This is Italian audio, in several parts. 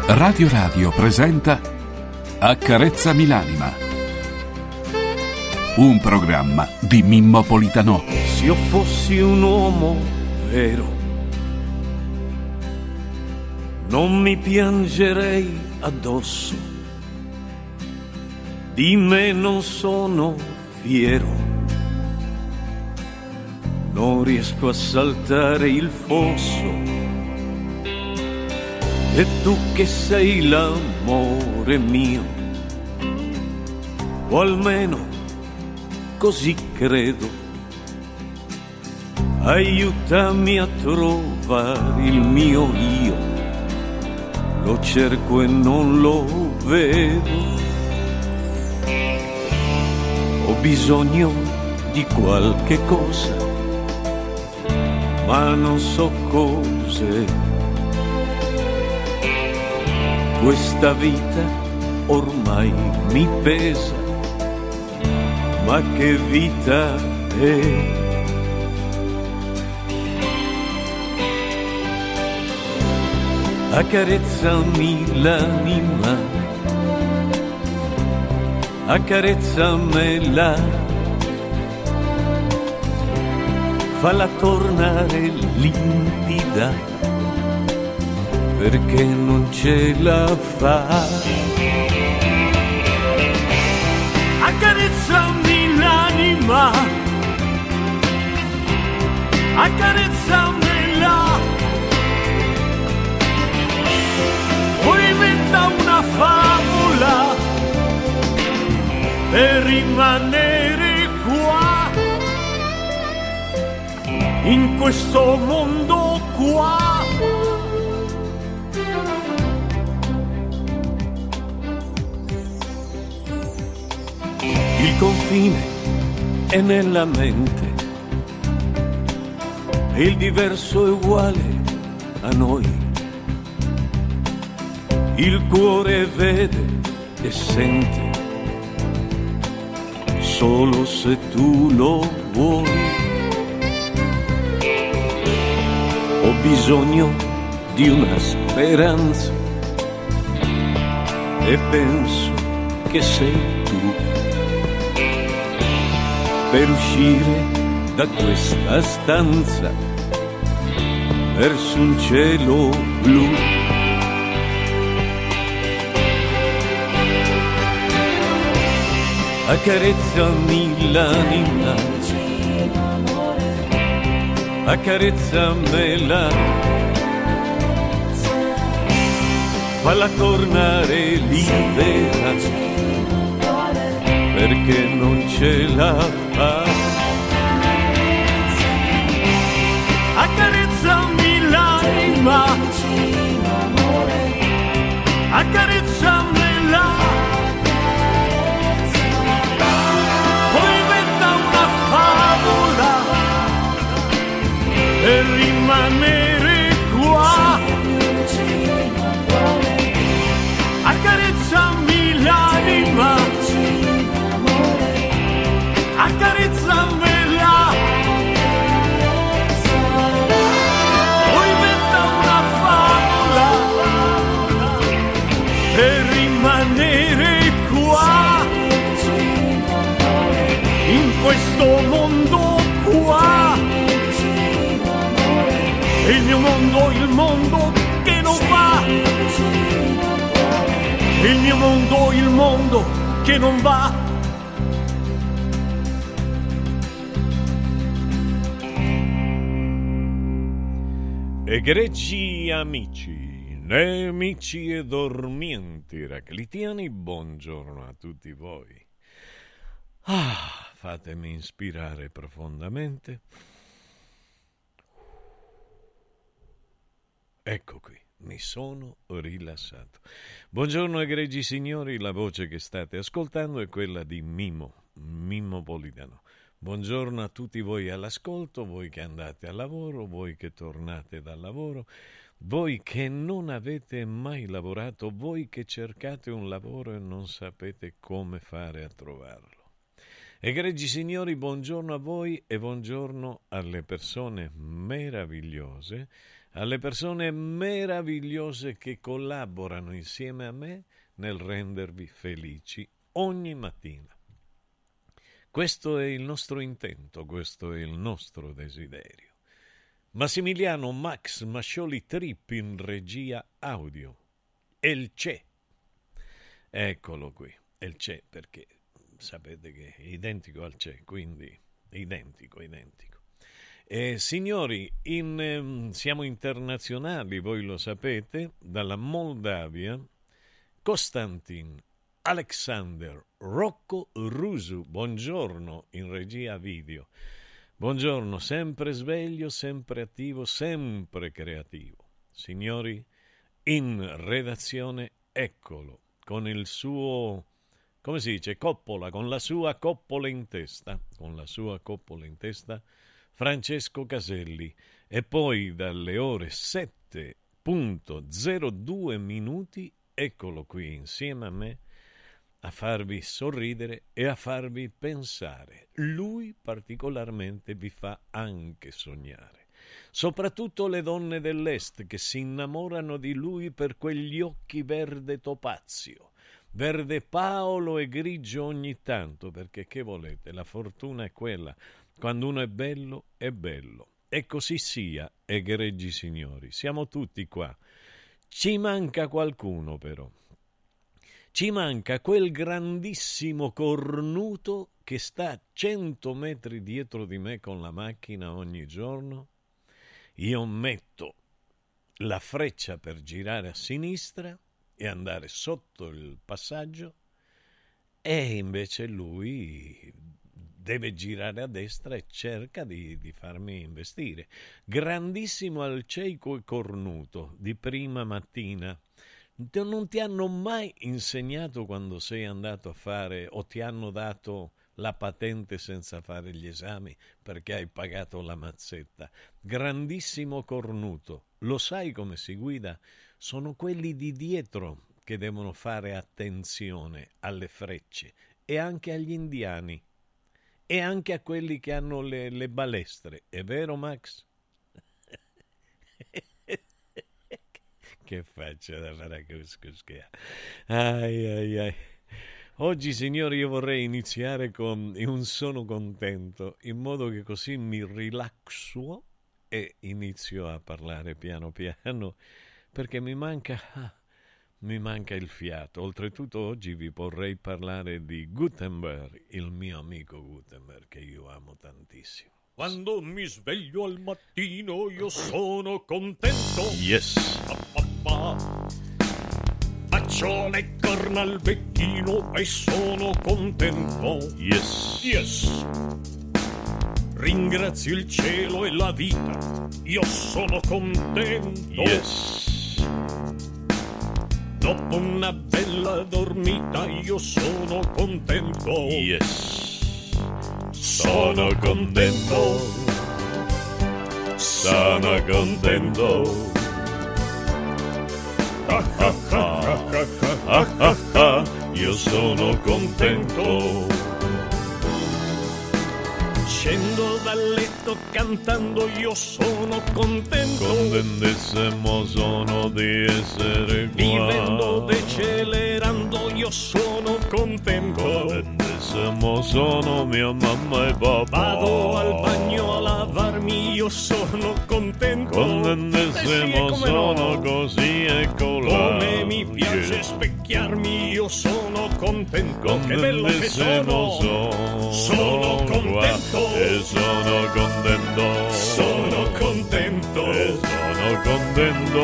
Radio Radio presenta Accarezzami l'anima, un programma di Mimmo Politano. Se io fossi un uomo vero, non mi piangerei addosso, di me non sono fiero, non riesco a saltare il fosso. E tu che sei l'amore mio, o almeno così credo, aiutami a trovare il mio io, lo cerco e non lo vedo. Ho bisogno di qualche cosa, ma non so cos'è. Questa vita ormai mi pesa, ma che vita è? Accarezzami l'anima, accarezzamela, falla tornare limpida, perché non ce la fa. Accarezzami l'anima, accarezzamela, poi inventa una favola per rimanere qua, in questo mondo qua. Il confine è nella mente e il diverso è uguale a noi. Il cuore vede e sente solo se tu lo vuoi. Ho bisogno di una speranza e penso che sei tu, per uscire da questa stanza verso un cielo blu. Accarezzami l'anima, accarezzamela, falla tornare libera, perché non ce la fa. Accarezzami l'anima, accarezzamela, poi inventa una favola per rimanere qua. Accarezzami l'anima, accarezzamela, poi inventa una favola per rimanere qua, in questo mondo qua. Il mio mondo, il mondo che non va, il mio mondo, il mondo che non va. Egregi amici, nemici e dormienti raclitiani, buongiorno a tutti voi. Fatemi inspirare profondamente. Ecco qui, mi sono rilassato. Buongiorno egregi signori, la voce che state ascoltando è quella di Mimmo Politano. Buongiorno a tutti voi all'ascolto, voi che andate al lavoro, voi che tornate dal lavoro, voi che non avete mai lavorato, voi che cercate un lavoro e non sapete come fare a trovarlo. Egregi signori, buongiorno a voi e buongiorno alle persone meravigliose alle persone meravigliose che collaborano insieme a me nel rendervi felici ogni mattina. Questo è il nostro intento, questo è il nostro desiderio. Massimiliano Max Mascioli Trip in regia audio. El C'è. Eccolo qui, El C'è, perché sapete che è identico al C'è, quindi identico. Signori, siamo internazionali, voi lo sapete, dalla Moldavia, Costantin Alexander Rocco Rusu, buongiorno in regia video. Buongiorno, sempre sveglio, sempre attivo, sempre creativo. Signori, in redazione, eccolo, con il suo, come si dice, coppola, con la sua coppola in testa, Francesco Caselli. E poi dalle ore 7:02 eccolo qui insieme a me a farvi sorridere e a farvi pensare. Lui particolarmente vi fa anche sognare. Soprattutto le donne dell'Est che si innamorano di lui per quegli occhi verde topazio, verde paolo e grigio ogni tanto, perché che volete, la fortuna è quella, quando uno è bello è bello. E così sia, egregi signori, siamo tutti qua. Ci manca qualcuno però. Ci manca quel grandissimo cornuto che sta 100 metri dietro di me con la macchina ogni giorno. Io metto la freccia per girare a sinistra e andare sotto il passaggio e invece lui deve girare a destra e cerca di farmi investire. Grandissimo alceico e cornuto di prima mattina. Non ti hanno mai insegnato quando sei andato a fare o ti hanno dato la patente senza fare gli esami perché hai pagato la mazzetta. Grandissimo cornuto. Lo sai come si guida? Sono quelli di dietro che devono fare attenzione alle frecce e anche agli indiani e anche a quelli che hanno le balestre. È vero, Max? Che faccia da Faracuscusca. Ai. Oggi, signori, io vorrei iniziare con un sono contento, in modo che così mi rilasso e inizio a parlare piano piano, perché mi manca il fiato. Oltretutto oggi vi vorrei parlare di Gutenberg, il mio amico Gutenberg, che io amo tantissimo. Quando mi sveglio al mattino io sono contento. Yes. Faccio le corna al becchino e sono contento. Yes. Ringrazio il cielo e la vita, io sono contento. Yes. Dopo una bella dormita io sono contento. Yes. Sono contento. Sono contento. Io sono contento. Scendo dal letto cantando, io sono contento. Contentissimo sono di essere qua. Vivendo, decelerando, io sono contento. Contentissimo sono mia mamma e papà. Vado al bagno a lavarmi, io sono contento. Contentissimo sì, sono no. Così ecco là. Come mi piace specchiarmi, io sono contento. Che bello che sono. Sono contento. E sono contento. Sono contento. E sono contento.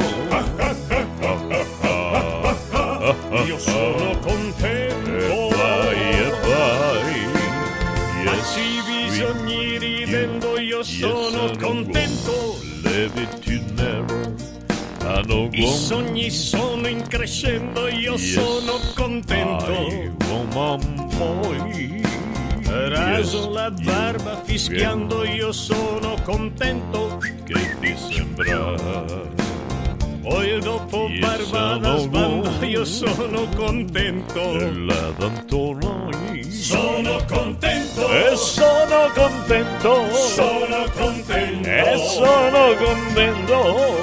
Io sono contento. E vai. Anzi bisogni ridendo, io sono contento. I sogni sono in crescendo, io sono contento. Raso la barba fischiando, io sono contento. Che ti sembra? Poi dopo capo, barba da sbanda, io sono contento. La D'Antoni. Sono contento. E sono contento. Sono contento. E sono contento.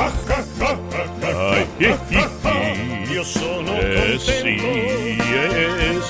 Io sono Sì, contento.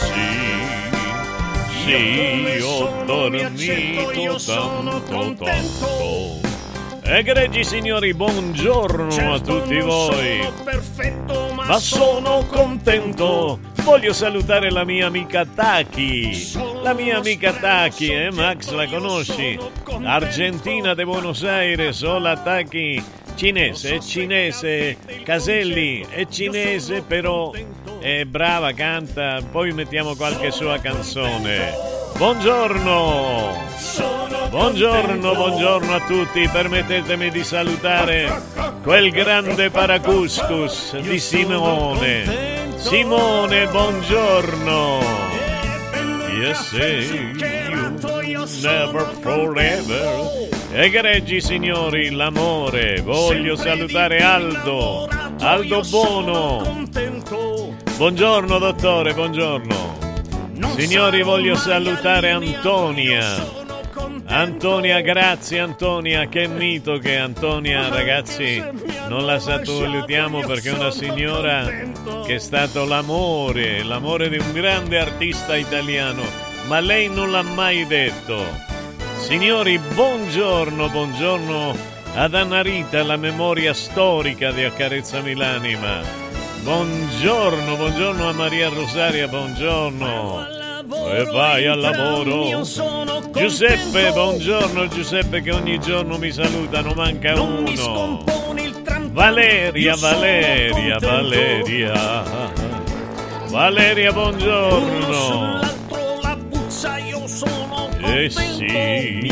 sì, ho dormito tanto. Egregi signori, buongiorno a tutti voi. Perfetto, Ma sono contento. Voglio salutare la mia amica Taki. La mia amica Taki, Max, la conosci? Argentina de Buenos Aires, hola Taki. Cinese, è cinese. Caselli, è cinese, però è brava, canta. Poi mettiamo qualche sua canzone. Buongiorno. Buongiorno a tutti. Permettetemi di salutare quel grande paracuscus di Simone. Simone, buongiorno. Yes, you never forever. Egregi signori, l'amore. Voglio salutare Aldo Bono. Buongiorno dottore, buongiorno. Signori, voglio salutare Antonia, grazie Antonia, che mito che è Antonia, ragazzi, non la sottovalutiamo perché è una signora che è stato l'amore di un grande artista italiano, ma lei non l'ha mai detto. Signori, buongiorno ad Anna Rita, la memoria storica di Accarezzami l'anima. Buongiorno a Maria Rosaria, buongiorno. E vai al lavoro. Giuseppe, buongiorno Giuseppe che ogni giorno mi saluta, non manca uno. Valeria, buongiorno. Sì.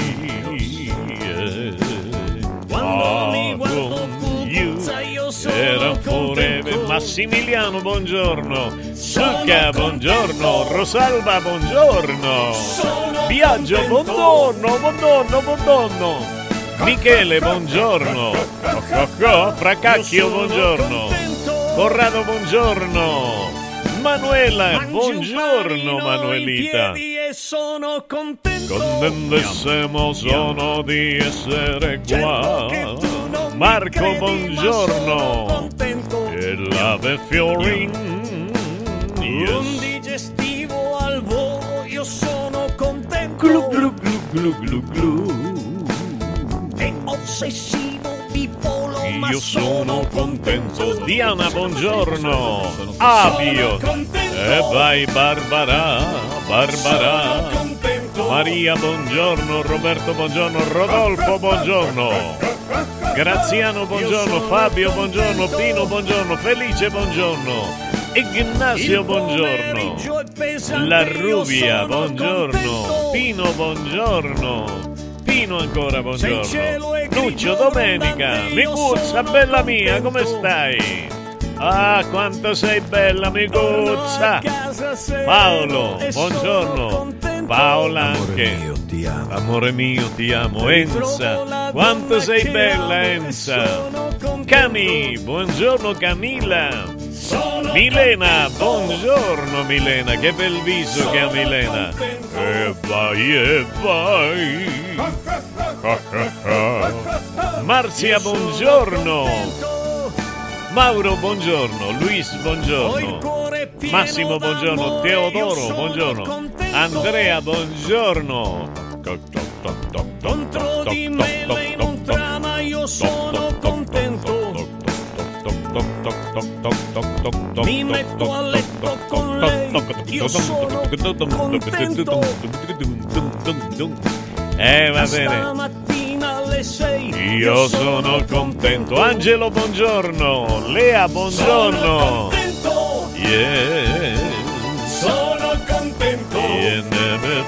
Era forever. Massimiliano, buongiorno. Succa, buongiorno. Rosalba, buongiorno. Biagio, buongiorno. Michele, buongiorno. Fracacchio, buongiorno. Corrado, buongiorno. Manuela, buongiorno Manuelita. Sono contento. Contentissimo sono di essere qua. Marco, buongiorno. E l'ave Fiorin. Un digestivo al volo, io sono contento. Glu. È ossessivo, bipolo, ma io sono contento. Diana, buongiorno. Avio. E vai Barbara. Maria, buongiorno. Roberto, buongiorno. Rodolfo, buongiorno. Graziano, buongiorno. Fabio, buongiorno. Pino, buongiorno. Felice, buongiorno. Ignazio, buongiorno. La Rubia, buongiorno. Pino, buongiorno. Pino ancora, buongiorno. Lucio, domenica. Micuzza, bella mia, come stai? Ah, quanto sei bella, Micuzza. Paolo, buongiorno. Paola anche. Amore mio, ti amo. Enza, quanto sei bella, Enza. Cami, buongiorno Camilla. Milena, buongiorno Milena, che bel viso che ha Milena. E vai. Marzia, buongiorno. Mauro, buongiorno. Luis, buongiorno. Massimo, buongiorno. Teodoro, buongiorno. Andrea, buongiorno. Contro di me lei non trama, io sono contento. Mi metto a letto con lei, io sono contento. Va bene. Stamattina alle 6 io sono contento. Angelo, buongiorno. Lea, buongiorno. Yeah. Sono contento. You never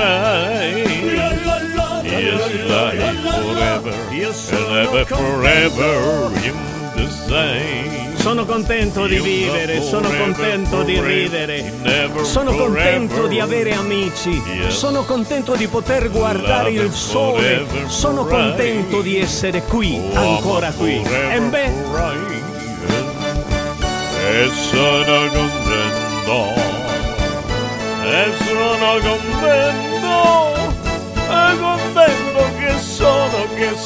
forever in the same. Sono contento di vivere, sono contento di ridere, sono contento di avere amici, sono contento di poter guardare il sole, sono contento di essere qui, ancora qui. E beh, e sono contento, e sono contento, e contento che sono,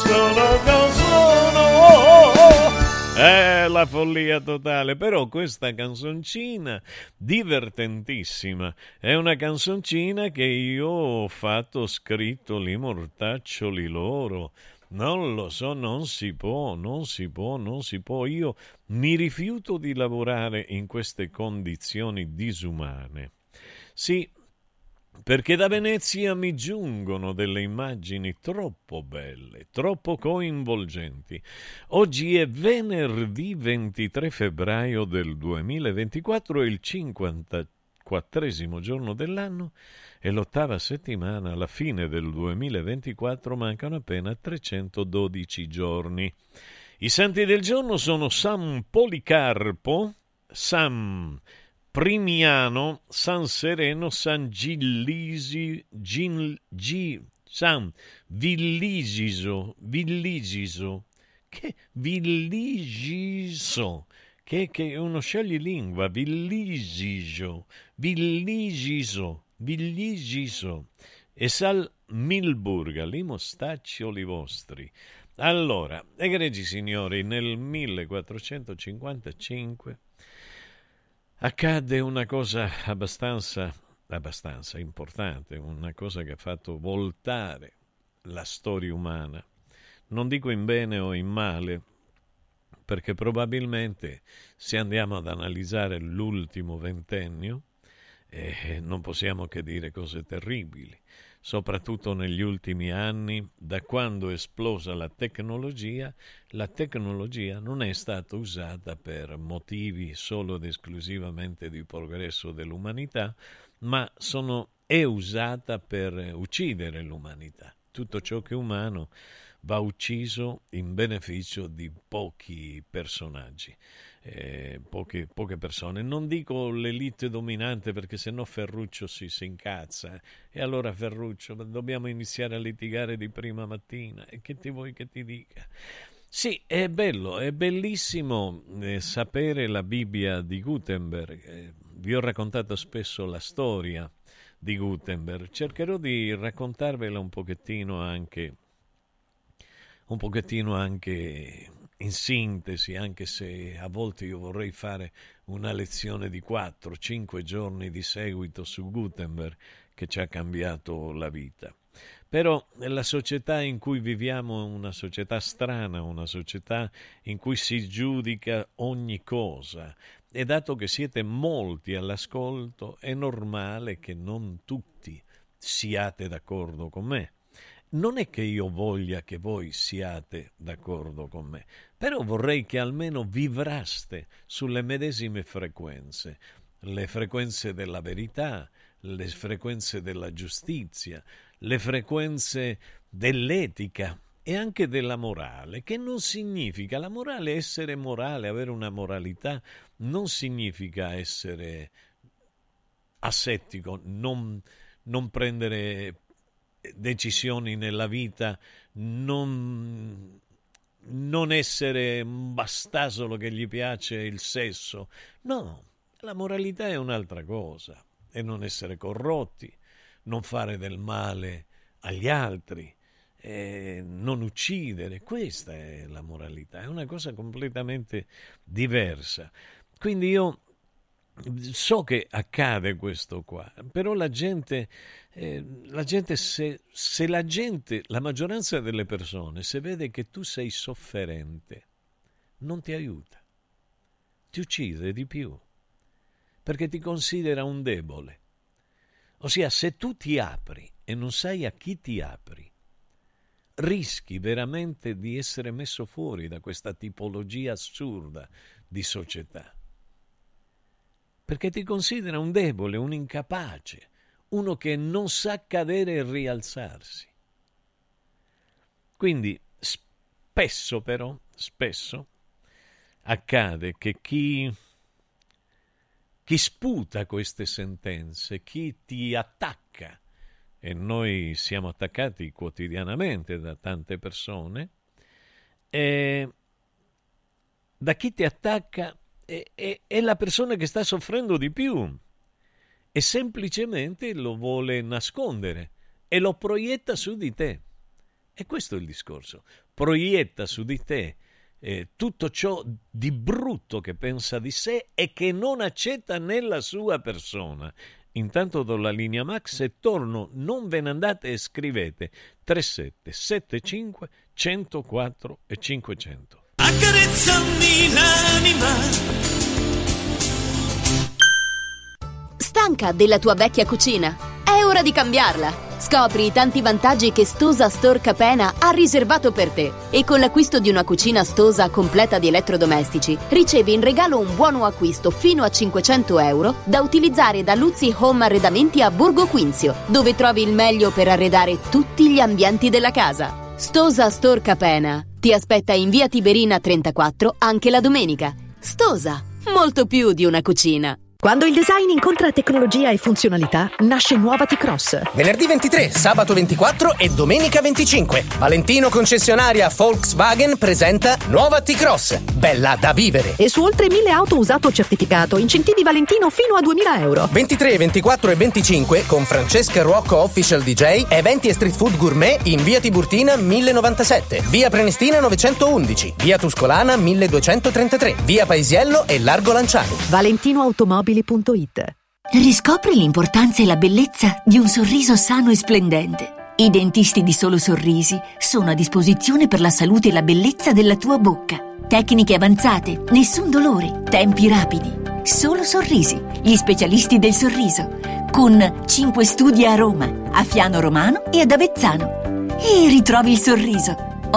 è la follia totale. Però questa canzoncina divertentissima è una canzoncina che io ho scritto li mortaccioli loro. Non lo so, non si può. Io mi rifiuto di lavorare in queste condizioni disumane. Sì, perché da Venezia mi giungono delle immagini troppo belle, troppo coinvolgenti. Oggi è venerdì 23 febbraio del 2024, è il 54esimo giorno dell'anno e l'8ª settimana. Alla fine del 2024 mancano appena 312 giorni. I santi del giorno sono San Policarpo, San Primiano, San Sereno, San San Villigiso, che è uno scioglilingua, Villigiso, e San Milburga, li mostaccioli vostri. Allora, egregi signori, nel 1455 accadde una cosa abbastanza importante, una cosa che ha fatto voltare la storia umana. Non dico in bene o in male, perché probabilmente se andiamo ad analizzare l'ultimo ventennio, non possiamo che dire cose terribili, soprattutto negli ultimi anni, da quando è esplosa la tecnologia non è stata usata per motivi solo ed esclusivamente di progresso dell'umanità, ma è usata per uccidere l'umanità. Tutto ciò che è umano va ucciso in beneficio di pochi personaggi. Poche persone. Non dico l'elite dominante, perché sennò Ferruccio si incazza. E allora Ferruccio, dobbiamo iniziare a litigare di prima mattina. E che ti vuoi che ti dica? Sì, è bello, è bellissimo sapere la Bibbia di Gutenberg. Vi ho raccontato spesso la storia di Gutenberg. Cercherò di raccontarvela un pochettino anche in sintesi, anche se a volte io vorrei fare una lezione di 4-5 giorni di seguito su Gutenberg, che ci ha cambiato la vita. Però la società in cui viviamo è una società strana, una società in cui si giudica ogni cosa, e dato che siete molti all'ascolto è normale che non tutti siate d'accordo con me. Non è che io voglia che voi siate d'accordo con me, però vorrei che almeno vibraste sulle medesime frequenze, le frequenze della verità, le frequenze della giustizia, le frequenze dell'etica e anche della morale, che non significa, la morale, essere morale, avere una moralità, non significa essere asettico, non prendere decisioni nella vita, non essere un bastasolo che gli piace il sesso. No, la moralità è un'altra cosa, è non essere corrotti, non fare del male agli altri, non uccidere. Questa è la moralità, è una cosa completamente diversa. Quindi io so che accade questo qua, però la maggioranza delle persone, se vede che tu sei sofferente, non ti aiuta, ti uccide di più, perché ti considera un debole. Ossia, se tu ti apri e non sai a chi ti apri, rischi veramente di essere messo fuori da questa tipologia assurda di società. Perché ti considera un debole, un incapace, uno che non sa cadere e rialzarsi. Quindi spesso accade che chi sputa queste sentenze, chi ti attacca, e noi siamo attaccati quotidianamente da tante persone, da chi ti attacca è la persona che sta soffrendo di più e semplicemente lo vuole nascondere e lo proietta su di te. E questo è il discorso. Proietta su di te tutto ciò di brutto che pensa di sé e che non accetta nella sua persona. Intanto do la linea Max e torno, non ve ne andate e scrivete 3775 104 e 500. Accarezzami l'anima. Stanca della tua vecchia cucina? È ora di cambiarla! Scopri i tanti vantaggi che Stosa Store Capena ha riservato per te. E con l'acquisto di una cucina Stosa completa di elettrodomestici, ricevi in regalo un buono acquisto fino a 500 euro da utilizzare da Luzzi Home Arredamenti a Borgo Quinzio, dove trovi il meglio per arredare tutti gli ambienti della casa. Stosa Store Capena ti aspetta in via Tiberina 34 anche la domenica. Stosa, molto più di una cucina. Quando il design incontra tecnologia e funzionalità, nasce nuova T-Cross. Venerdì 23, sabato 24 e domenica 25. Valentino concessionaria Volkswagen presenta nuova T-Cross. Bella da vivere. E su oltre 1000 auto usato certificato, incentivi Valentino fino a 2000 euro. 23, 24 e 25 con Francesca Rocco Official DJ, eventi e street food gourmet in via Tiburtina 1097, via Prenestina 911, via Tuscolana 1233, via Paesiello e Largo Lanciani. ValentinoAutomobili.it. Riscopri l'importanza e la bellezza di un sorriso sano e splendente. I dentisti di Solo Sorrisi sono a disposizione per la salute e la bellezza della tua bocca. Tecniche avanzate, nessun dolore, tempi rapidi. Solo Sorrisi, gli specialisti del sorriso, con 5 studi a Roma, a Fiano Romano e ad Avezzano. E ritrovi il sorriso.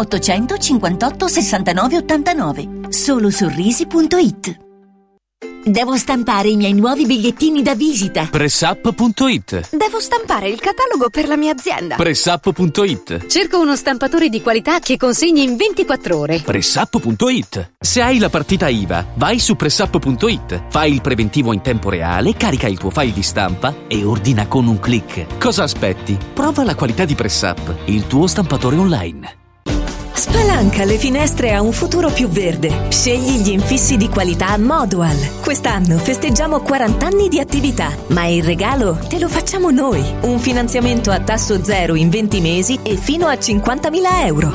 858 69 89. Solosorrisi.it. Devo stampare i miei nuovi bigliettini da visita. Pressup.it. Devo stampare il catalogo per la mia azienda. Pressup.it. Cerco uno stampatore di qualità che consegni in 24 ore. Pressup.it. Se hai la partita IVA, vai su Pressup.it. Fai il preventivo in tempo reale, carica il tuo file di stampa e ordina con un click. Cosa aspetti? Prova la qualità di Pressup, il tuo stampatore online. Spalanca le finestre a un futuro più verde. Scegli gli infissi di qualità Modual. Quest'anno festeggiamo 40 anni di attività, ma il regalo te lo facciamo noi. Un finanziamento a tasso zero in 20 mesi e fino a 50.000 euro.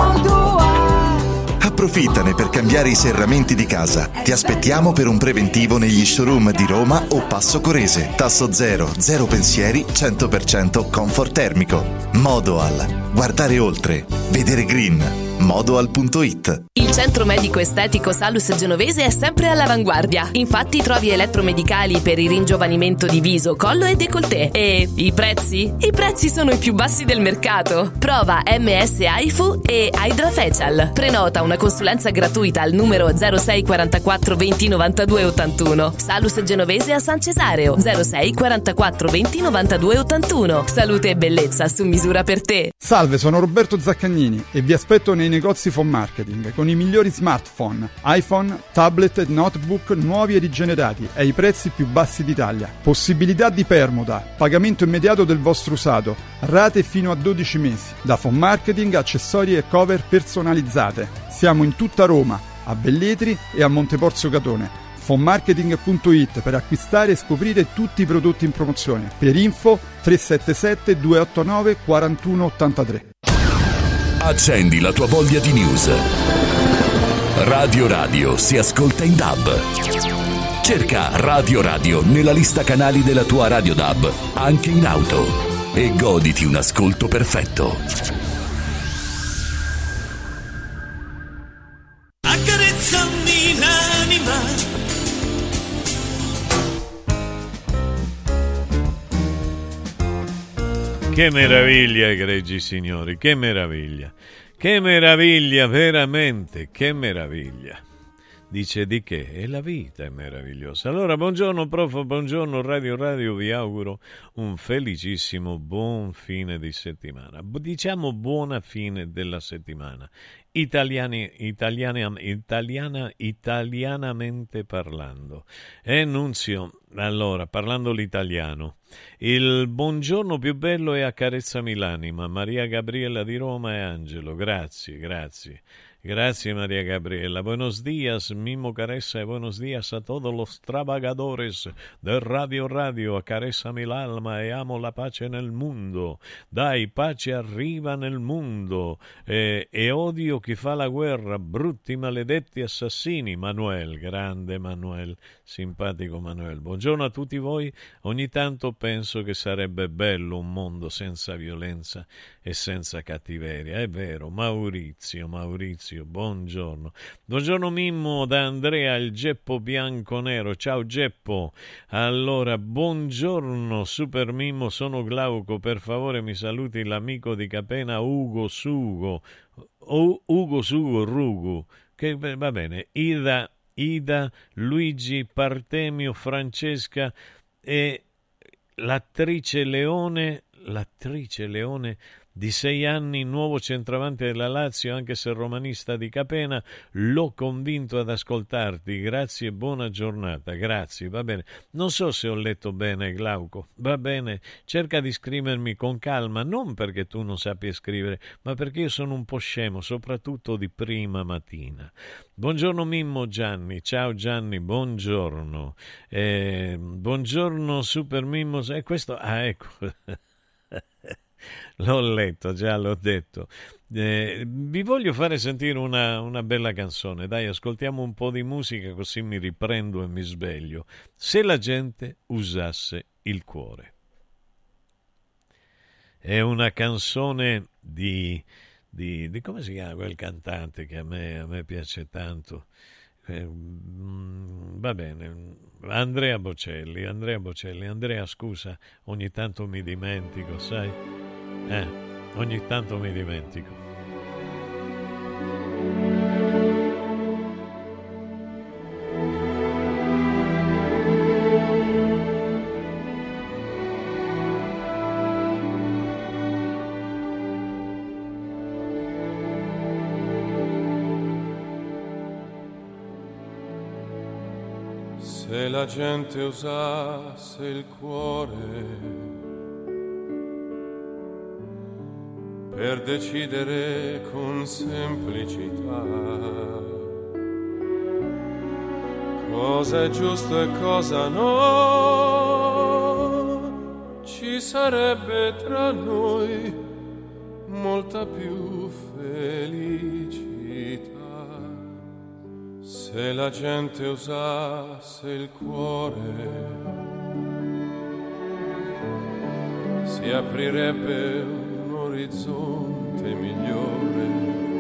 Approfittane per cambiare i serramenti di casa. Ti aspettiamo per un preventivo negli showroom di Roma o Passo Corese. Tasso zero, zero pensieri, 100% comfort termico. Modoal. Guardare oltre. Vedere green. Modoal.it. Il centro medico estetico Salus Genovese è sempre all'avanguardia. Infatti trovi elettromedicali per il ringiovanimento di viso, collo e décolleté. E i prezzi? I prezzi sono i più bassi del mercato. Prova MS AIFU e Hydra Facial. Prenota una consulenza gratuita al numero 06 44 20 92 81. Salus Genovese a San Cesareo 06 44 20 92 81. Salute e bellezza su misura per te. Salve, sono Roberto Zaccagnini e vi aspetto nei negozi Phone Marketing con i migliori smartphone, iPhone, tablet e notebook nuovi e rigenerati ai prezzi più bassi d'Italia. Possibilità di permuta, pagamento immediato del vostro usato, rate fino a 12 mesi. Da Phone Marketing, accessori e cover personalizzate. Siamo in tutta Roma, a Velletri e a Monteporzio Catone. Fonmarketing.it per acquistare e scoprire tutti i prodotti in promozione. Per info 377 289 4183. Accendi la tua voglia di news. Radio Radio si ascolta in DAB. Cerca Radio Radio nella lista canali della tua Radio DAB, anche in auto, e goditi un ascolto perfetto. Accarezzami l'anima. Che meraviglia, egregi signori, che meraviglia, veramente, che meraviglia. Dice di che? E la vita è meravigliosa. Allora, buongiorno prof, buongiorno Radio, vi auguro un felicissimo buon fine di settimana. Diciamo buona fine della settimana. Italianamente parlando. Nunzio, allora, parlando l'italiano, il buongiorno più bello è Accarezzami l'anima, Maria Gabriella di Roma e Angelo, grazie. Grazie María Gabriela. Buenos días, Mimo Caressa, y buenos días a todos los trabajadores de Radio Radio. Accarezzami l'alma e amo la pace nel mondo. Dai, pace arriva nel mondo. E odio chi fa la guerra, brutti maledetti assassini. Manuel, grande Manuel, simpatico Manuel. Buongiorno a tutti voi. Ogni tanto penso che sarebbe bello un mondo senza violenza e senza cattiveria. È vero, Maurizio, buongiorno. Buongiorno Mimmo da Andrea, il Geppo bianco-nero. Ciao Geppo. Allora, buongiorno Super Mimmo, sono Glauco, per favore mi saluti l'amico di Capena Ugo Sugo. Ugo Sugo Rugu, che va bene. Ida, Luigi, Partemio, Francesca e l'attrice Leone di 6 anni, nuovo centravanti della Lazio, anche se romanista di Capena. L'ho convinto ad ascoltarti. Grazie e buona giornata. Grazie, va bene. Non so se ho letto bene, Glauco. Va bene, cerca di scrivermi con calma, non perché tu non sappia scrivere, ma perché io sono un po' scemo, soprattutto di prima mattina. Buongiorno Mimmo Gianni. Ciao Gianni, buongiorno. Buongiorno Super Mimmo. Questo, ecco. L'ho letto, già l'ho detto. Vi voglio fare sentire una bella canzone. Dai, ascoltiamo un po' di musica così mi riprendo e mi sveglio. Se la gente usasse il cuore. È una canzone di come si chiama quel cantante che a me piace tanto. Va bene, Andrea Bocelli. Andrea, scusa, ogni tanto mi dimentico, sai? Ogni tanto mi dimentico. Se la gente usasse il cuore per decidere con semplicità cosa è giusto e cosa no, ci sarebbe tra noi molta più felicità. Se la gente usasse il cuore si aprirebbe un orizzonte migliore.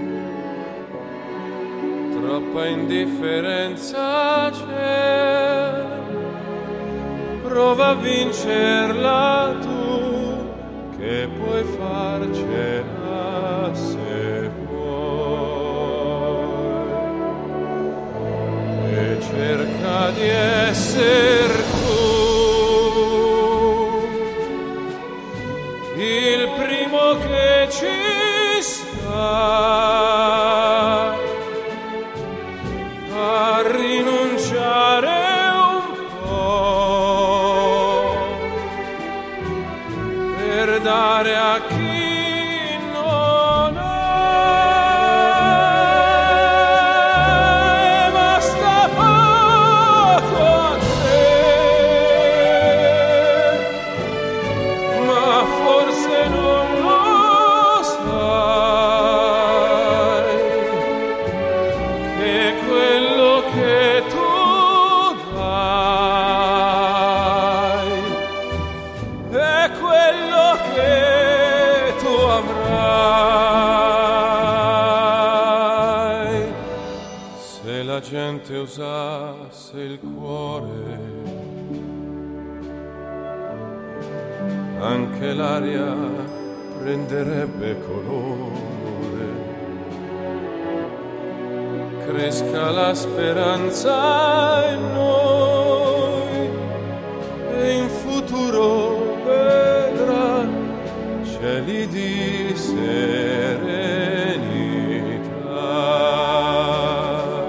Troppa indifferenza c'è, prova a vincerla tu, che puoi farcela se vuoi, e cerca di essere tu il primo che ci sta a rinunciare un po' per dare a chi non ha, basta poco a te, ma forse non lo sai, che quello che tu dai è quello che tu avrai. Se la gente usasse il cuore, anche l'aria prenderebbe colore, cresca la speranza in noi e in futuro vedrà cieli di serenità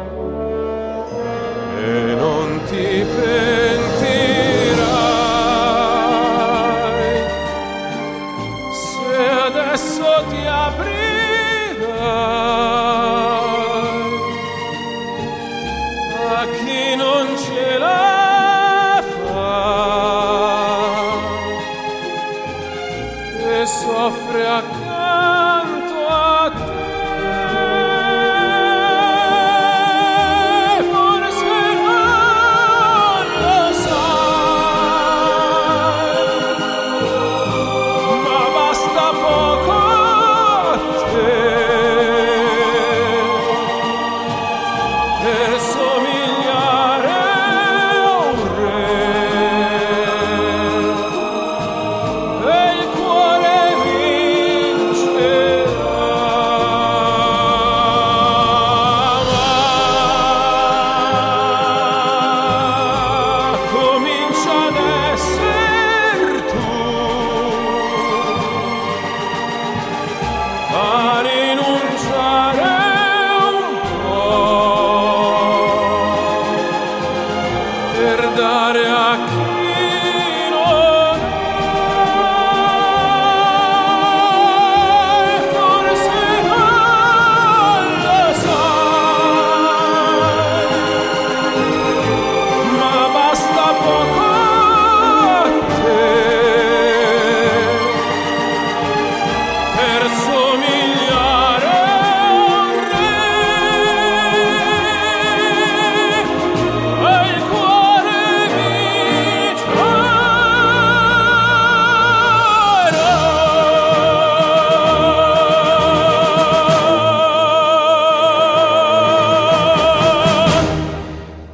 e non ti pentirai se adesso ti aprirai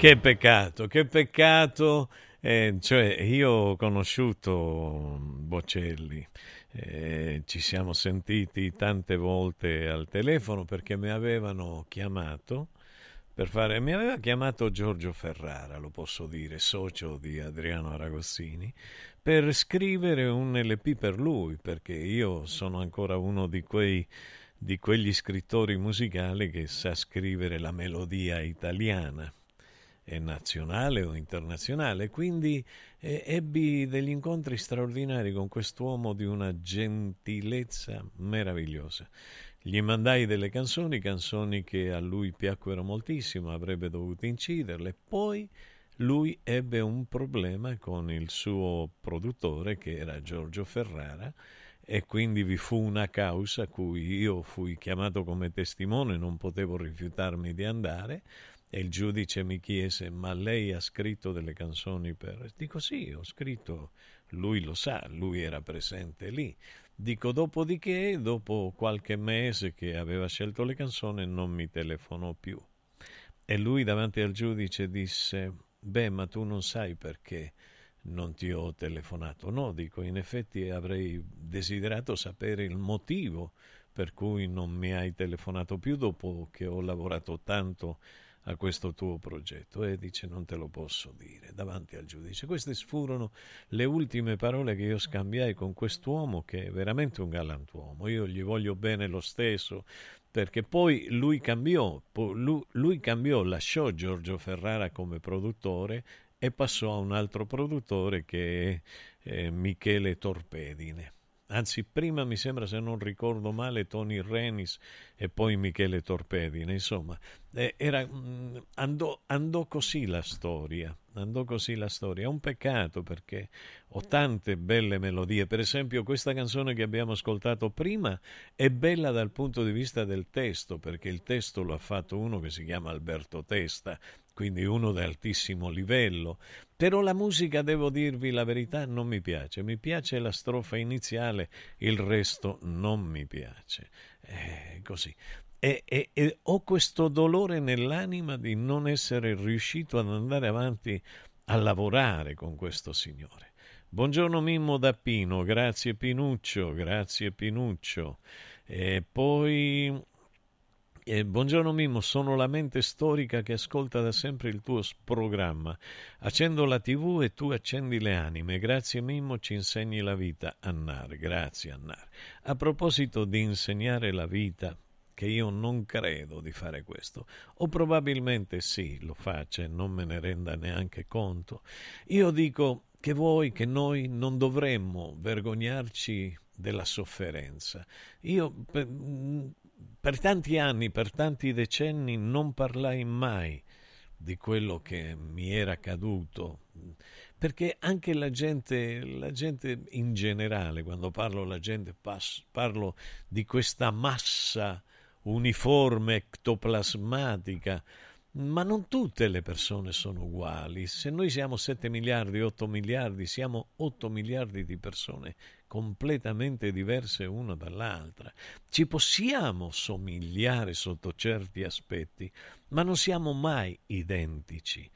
Che peccato. Cioè, io ho conosciuto Bocelli, ci siamo sentiti tante volte al telefono perché mi avevano chiamato mi aveva chiamato Giorgio Ferrara, lo posso dire, socio di Adriano Aragossini, per scrivere un LP per lui, perché io sono ancora uno di quegli scrittori musicali che sa scrivere la melodia italiana, è nazionale o internazionale, quindi ebbi degli incontri straordinari con quest'uomo di una gentilezza meravigliosa. Gli mandai delle canzoni che a lui piacquero moltissimo, avrebbe dovuto inciderle. Poi lui ebbe un problema con il suo produttore, che era Giorgio Ferrara, e quindi vi fu una causa a cui io fui chiamato come testimone, non potevo rifiutarmi di andare, e il giudice mi chiese: ma lei ha scritto delle canzoni per... Dico sì, ho scritto, lui lo sa, lui era presente lì. Dico, dopodiché, dopo qualche mese che aveva scelto le canzoni, non mi telefonò più. E lui davanti al giudice disse: beh, ma tu non sai perché non ti ho telefonato. No, dico, in effetti avrei desiderato sapere il motivo per cui non mi hai telefonato più dopo che ho lavorato tanto a questo tuo progetto. E dice: non te lo posso dire davanti al giudice. Queste furono le ultime parole che io scambiai con quest'uomo, che è veramente un galantuomo. Io gli voglio bene lo stesso, perché poi lui cambiò, lasciò Giorgio Ferrara come produttore e passò a un altro produttore che è Michele Torpedine. Anzi, prima mi sembra, se non ricordo male, Tony Renis e poi Michele Torpedine. Insomma, andò così la storia. È un peccato, perché ho tante belle melodie. Per esempio, questa canzone che abbiamo ascoltato prima è bella dal punto di vista del testo, perché il testo lo ha fatto uno che si chiama Alberto Testa, quindi uno di altissimo livello. Però la musica, devo dirvi la verità, non mi piace. Mi piace la strofa iniziale, il resto non mi piace. Così. E ho questo dolore nell'anima di non essere riuscito ad andare avanti a lavorare con questo signore. Buongiorno Mimmo da Pino, grazie Pinuccio. E poi... buongiorno Mimmo, sono la mente storica che ascolta da sempre il tuo programma. Accendo la TV e tu accendi le anime. Grazie Mimmo, ci insegni la vita. Annar, grazie Annar. A proposito di insegnare la vita, che io non credo di fare questo, o probabilmente sì, lo faccia e non me ne renda neanche conto. Io dico che noi non dovremmo vergognarci della sofferenza. Io per tanti anni, per tanti decenni, non parlai mai di quello che mi era accaduto, perché anche la gente in generale, quando parlo alla gente, parlo di questa massa uniforme, ectoplasmatica, ma non tutte le persone sono uguali. Se noi siamo 7 miliardi, 8 miliardi, siamo 8 miliardi di persone completamente diverse una dall'altra. Ci possiamo somigliare sotto certi aspetti, ma non siamo mai identici.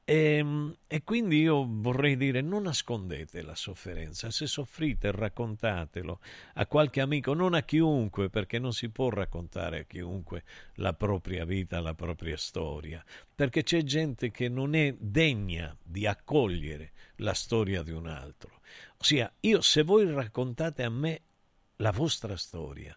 E quindi io vorrei dire: non nascondete la sofferenza. Se soffrite, raccontatelo a qualche amico, non a chiunque, perché non si può raccontare a chiunque la propria vita, la propria storia, perché c'è gente che non è degna di accogliere la storia di un altro. Ossia, se voi raccontate a me la vostra storia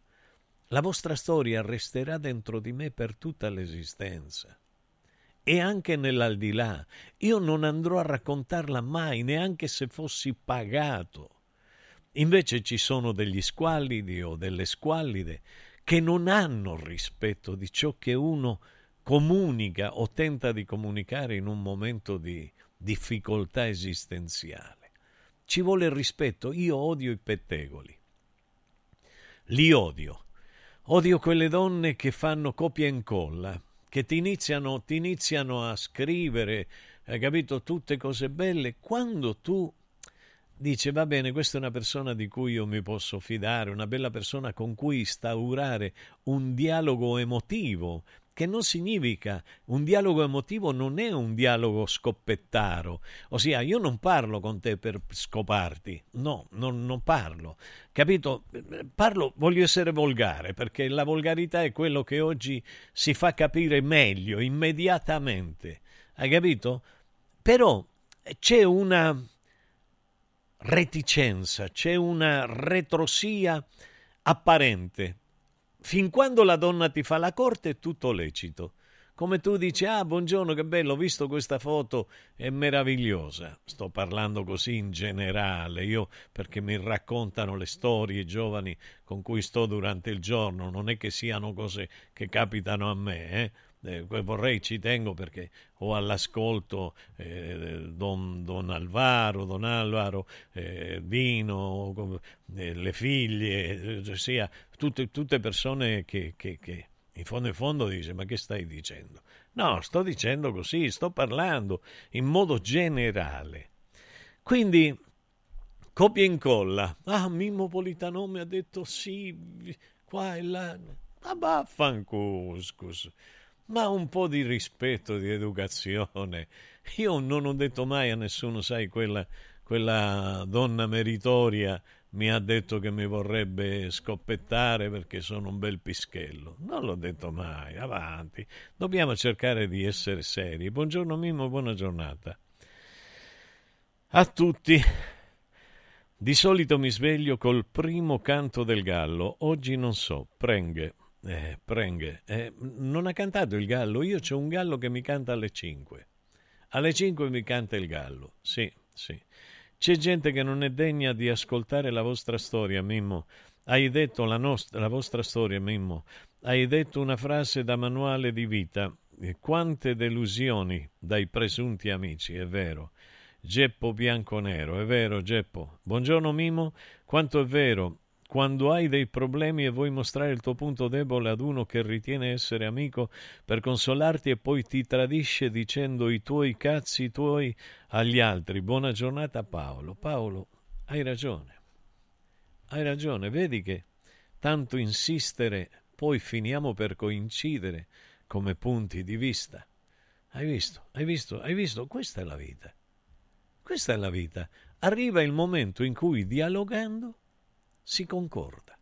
resterà dentro di me per tutta l'esistenza. E anche nell'aldilà. Io non andrò a raccontarla mai, neanche se fossi pagato. Invece ci sono degli squallidi o delle squallide che non hanno rispetto di ciò che uno comunica o tenta di comunicare in un momento di difficoltà esistenziale. Ci vuole il rispetto. Io odio i pettegoli. Li odio. Odio quelle donne che fanno copia e incolla, che ti iniziano a scrivere, hai capito, tutte cose belle, quando tu dici: va bene, questa è una persona di cui io mi posso fidare, una bella persona con cui instaurare un dialogo emotivo che non significa, un dialogo emotivo non è un dialogo scoppettaro, ossia io non parlo con te per scoparti, no, non parlo, capito? Voglio essere volgare, perché la volgarità è quello che oggi si fa capire meglio, immediatamente, hai capito? Però c'è una reticenza, c'è una retrosia apparente. Fin quando la donna ti fa la corte è tutto lecito. Come tu dici, buongiorno, che bello, ho visto questa foto, è meravigliosa. Sto parlando così in generale, io perché mi raccontano le storie giovani con cui sto durante il giorno, non è che siano cose che capitano a me, vorrei, ci tengo perché ho all'ascolto Don Alvaro, Dino, le figlie, sia tutte persone che in fondo dice: ma che stai dicendo? No, sto dicendo così, sto parlando in modo generale. Quindi copia e incolla. Mimmo Politano mi ha detto sì, qua e là. Ma vaffancuscus. Ma un po' di rispetto, di educazione. Io non ho detto mai a nessuno, sai, quella donna meritoria mi ha detto che mi vorrebbe scoppettare perché sono un bel pischello. Non l'ho detto mai, avanti. Dobbiamo cercare di essere seri. Buongiorno Mimmo, buona giornata a tutti. Di solito mi sveglio col primo canto del gallo, oggi non so, Prenghe. Non ha cantato il gallo, io c'ho un gallo che mi canta alle 5. Alle 5 mi canta il gallo, sì. C'è gente che non è degna di ascoltare la vostra storia, Mimmo. Hai detto la vostra storia, Mimmo. Hai detto una frase da manuale di vita. Quante delusioni dai presunti amici, è vero. Geppo Bianconero, è vero Geppo. Buongiorno Mimmo, quanto è vero. Quando hai dei problemi e vuoi mostrare il tuo punto debole ad uno che ritiene essere amico per consolarti e poi ti tradisce dicendo i tuoi cazzi tuoi agli altri. Buona giornata Paolo. Paolo, hai ragione, vedi che tanto insistere poi finiamo per coincidere come punti di vista. Hai visto? Questa è la vita. Arriva il momento in cui dialogando si concorda.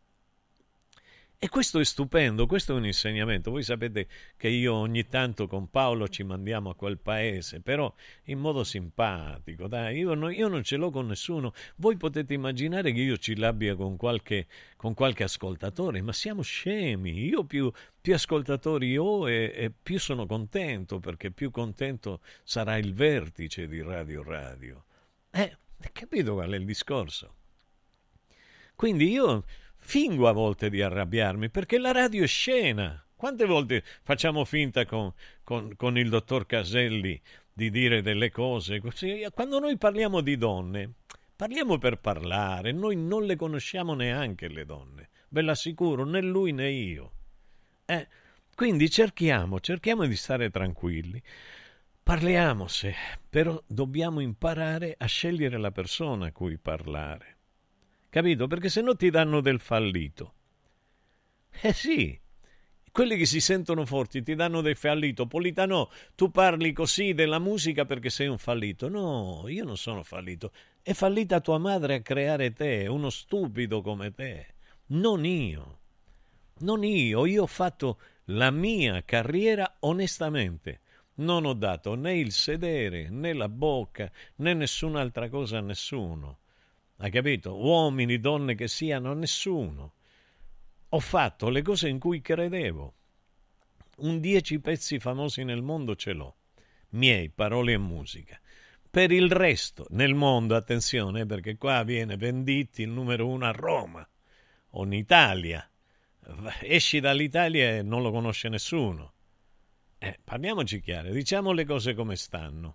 E questo è stupendo, questo è un insegnamento. Voi sapete che io ogni tanto con Paolo ci mandiamo a quel paese, però in modo simpatico, dai, io non ce l'ho con nessuno. Voi potete immaginare che io ce l'abbia con qualche ascoltatore, ma siamo scemi. Io più ascoltatori ho e più sono contento, perché più contento sarà il vertice di Radio. Capito qual è il discorso? Quindi io fingo a volte di arrabbiarmi, perché la radio è scena. Quante volte facciamo finta con il dottor Caselli di dire delle cose? Quando noi parliamo di donne, parliamo per parlare, noi non le conosciamo neanche le donne, ve l'assicuro, né lui né io. Quindi cerchiamo di stare tranquilli, parliamo, però dobbiamo imparare a scegliere la persona a cui parlare. Capito? Perché se no ti danno del fallito. Sì, quelli che si sentono forti ti danno del fallito. Politano, tu parli così della musica perché sei un fallito. No, io non sono fallito. È fallita tua madre a creare te, uno stupido come te. Non io. Io ho fatto la mia carriera onestamente. Non ho dato né il sedere, né la bocca, né nessun'altra cosa a nessuno. Hai capito? Uomini, donne che siano, nessuno. Ho fatto le cose in cui credevo. 10 pezzi famosi nel mondo ce l'ho. Miei, parole e musica. Per il resto, nel mondo, attenzione, perché qua viene Venditti il numero 1 a Roma o in Italia. Esci dall'Italia e non lo conosce nessuno. Parliamoci chiaro, diciamo le cose come stanno.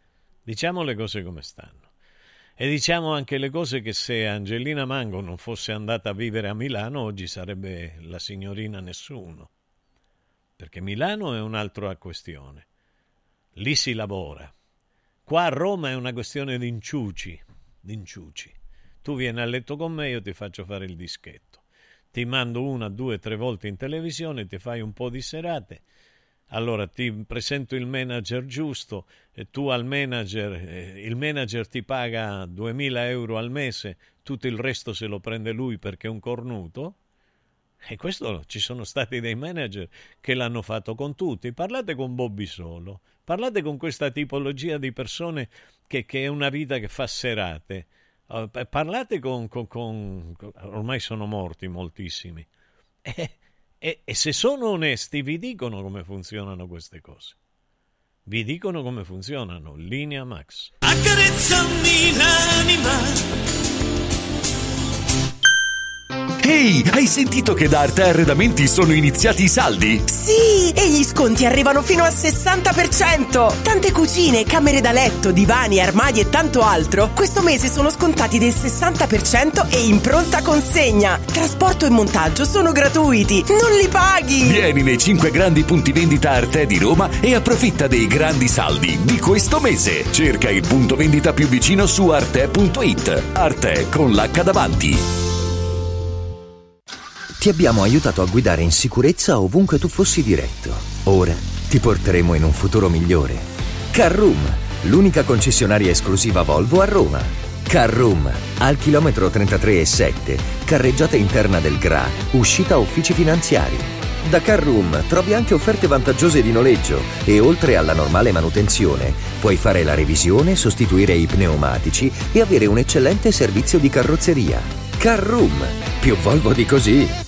E diciamo anche le cose che se Angelina Mango non fosse andata a vivere a Milano, oggi sarebbe la signorina nessuno. Perché Milano è un'altra questione. Lì si lavora. Qua a Roma è una questione di inciuci. Tu vieni a letto con me, io ti faccio fare il dischetto. ti mando 1, 2, 3 volte in televisione, ti fai un po' di serate, allora ti presento il manager giusto, e tu al manager, il manager ti paga 2.000 euro al mese, tutto il resto se lo prende lui perché è un cornuto. E questo, ci sono stati dei manager che l'hanno fatto con tutti. Parlate con Bobby Solo, parlate con questa tipologia di persone che è una vita che fa serate. Parlate con ormai sono morti moltissimi, e se sono onesti vi dicono come funzionano queste cose, vi dicono come funzionano. Linea Max. Accarezzami l'anima. Ehi, hai sentito che da Arte Arredamenti sono iniziati i saldi? Sì, e gli sconti arrivano fino al 60%. Tante cucine, camere da letto, divani, armadi e tanto altro questo mese sono scontati del 60% e in pronta consegna. Trasporto e montaggio sono gratuiti, non li paghi. Vieni nei 5 grandi punti vendita Arte di Roma e approfitta dei grandi saldi di questo mese. Cerca il punto vendita più vicino su arte.it. Arte con l'H davanti. Ti abbiamo aiutato a guidare in sicurezza ovunque tu fossi diretto. Ora ti porteremo in un futuro migliore. Carroom, l'unica concessionaria esclusiva Volvo a Roma. Carroom, al chilometro 33,7, carreggiata interna del GRA, uscita uffici finanziari. Da Carroom trovi anche offerte vantaggiose di noleggio e oltre alla normale manutenzione puoi fare la revisione, sostituire i pneumatici e avere un eccellente servizio di carrozzeria. Carroom, più Volvo di così.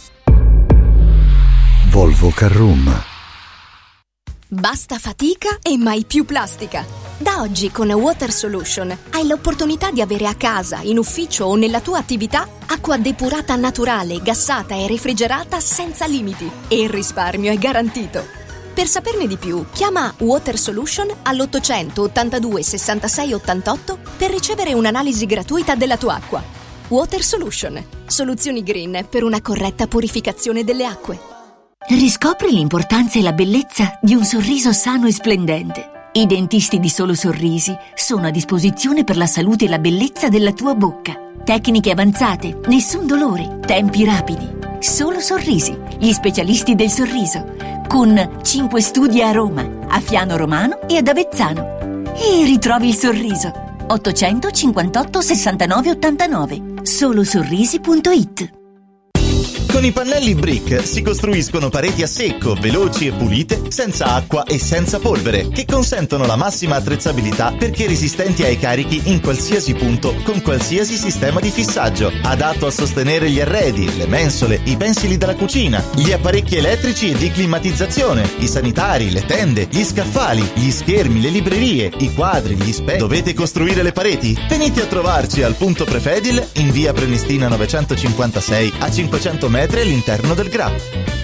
Volvo Carroom. Basta fatica e mai più plastica. Da oggi con Water Solution hai l'opportunità di avere a casa, in ufficio o nella tua attività acqua depurata naturale, gassata e refrigerata senza limiti. E il risparmio è garantito. Per saperne di più, chiama Water Solution all'800 82 66 88 per ricevere un'analisi gratuita della tua acqua. Water Solution, soluzioni green per una corretta purificazione delle acque. Riscopri l'importanza e la bellezza di un sorriso sano e splendente. I dentisti di Solo Sorrisi sono a disposizione per la salute e la bellezza della tua bocca. Tecniche avanzate, nessun dolore, tempi rapidi. Solo Sorrisi, gli specialisti del sorriso, con 5 studi a Roma, a Fiano Romano e ad Avezzano. E ritrovi il sorriso. 858 69 89. Solosorrisi.it. Con i pannelli Brick si costruiscono pareti a secco, veloci e pulite, senza acqua e senza polvere, che consentono la massima attrezzabilità perché resistenti ai carichi in qualsiasi punto con qualsiasi sistema di fissaggio, adatto a sostenere gli arredi, le mensole, i pensili della cucina, gli apparecchi elettrici e di climatizzazione, i sanitari, le tende, gli scaffali, gli schermi, le librerie, i quadri, gli specchi. Dovete costruire le pareti? Venite a trovarci al punto Prefedil in via Prenestina 956 a 500 metri all'interno del GRA.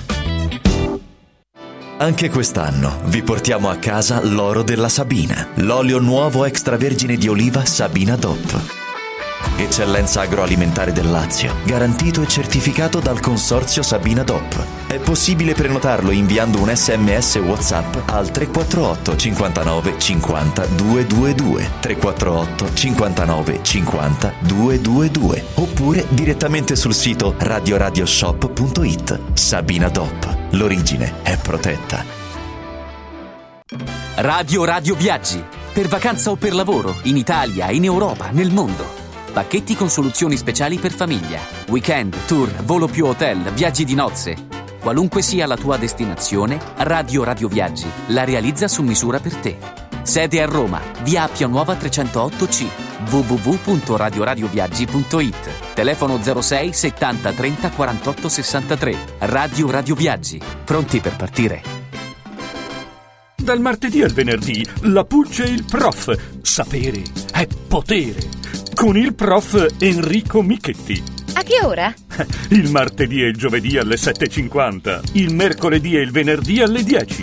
Anche quest'anno vi portiamo a casa l'oro della Sabina, l'olio nuovo extravergine di oliva Sabina DOP. Eccellenza agroalimentare del Lazio, garantito e certificato dal consorzio Sabina DOP. È possibile prenotarlo inviando un SMS WhatsApp al 348 59 50 222, 348 59 50 222, oppure direttamente sul sito radioradioshop.it. Sabina DOP, l'origine è protetta. Radio Viaggi, per vacanza o per lavoro, in Italia, in Europa, nel mondo. Pacchetti con soluzioni speciali per famiglia, weekend, tour, volo più hotel, viaggi di nozze. Qualunque sia la tua destinazione, Radio Viaggi la realizza su misura per te. Sede a Roma, via Appia Nuova 308C, www.radioradioviaggi.it. Telefono 06 70 30 48 63. Radio Viaggi, pronti per partire. Dal martedì al venerdì, la Pulce e il prof. Sapere è potere. Con il prof Enrico Michetti. A che ora? Il martedì e il giovedì alle 7:50. Il mercoledì e il venerdì alle 10.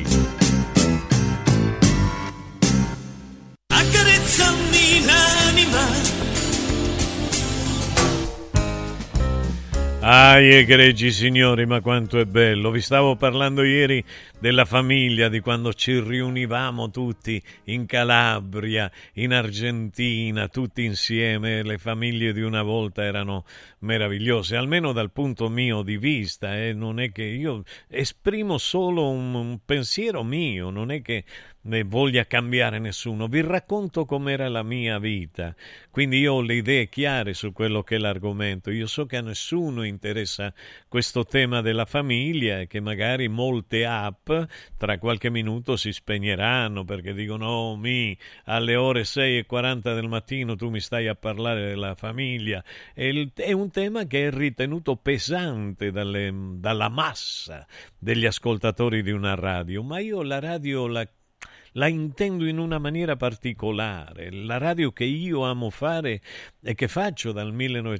Accarezzami l'anima. Egregi signori, ma quanto è bello. Vi stavo parlando ieri della famiglia, di quando ci riunivamo tutti in Calabria, in Argentina, tutti insieme. Le famiglie di una volta erano meravigliose, almeno dal punto mio di vista. Non è che io esprimo solo un pensiero mio, non è che ne voglia cambiare nessuno. Vi racconto com'era la mia vita, quindi io ho le idee chiare su quello che è l'argomento. Io so che a nessuno interessa questo tema della famiglia e che magari molte app tra qualche minuto si spegneranno perché dicono alle ore 6:40 del mattino tu mi stai a parlare della famiglia. È un tema che è ritenuto pesante dalla massa degli ascoltatori di una radio, ma io la radio la intendo in una maniera particolare. La radio che io amo fare e che faccio dal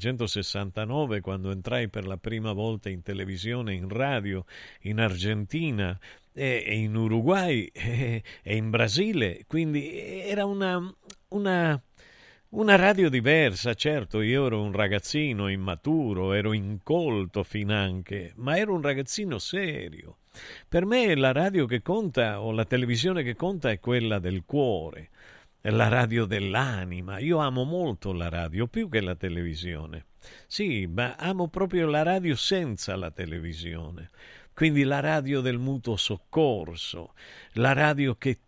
1969, quando entrai per la prima volta in televisione, in radio, in Argentina e in Uruguay e in Brasile. Quindi era una radio diversa. Certo, io ero un ragazzino immaturo, ero incolto finanche, ma ero un ragazzino serio. Per me la radio che conta o la televisione che conta è quella del cuore, è la radio dell'anima. Io amo molto la radio, più che la televisione. Sì, ma amo proprio la radio senza la televisione. Quindi la radio del mutuo soccorso, la radio che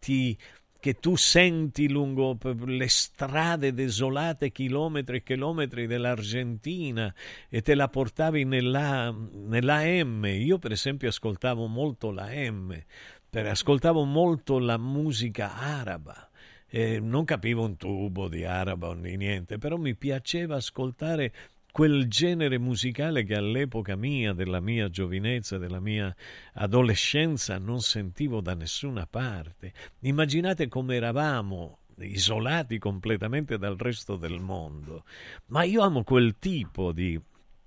tu senti lungo le strade desolate, chilometri e chilometri dell'Argentina, e te la portavi nella AM. Io per esempio ascoltavo molto la AM, ascoltavo molto la musica araba. Non capivo un tubo di araba o di niente, però mi piaceva ascoltare quel genere musicale che all'epoca mia, della mia giovinezza, della mia adolescenza, non sentivo da nessuna parte. Immaginate come eravamo isolati completamente dal resto del mondo. Ma io amo quel tipo di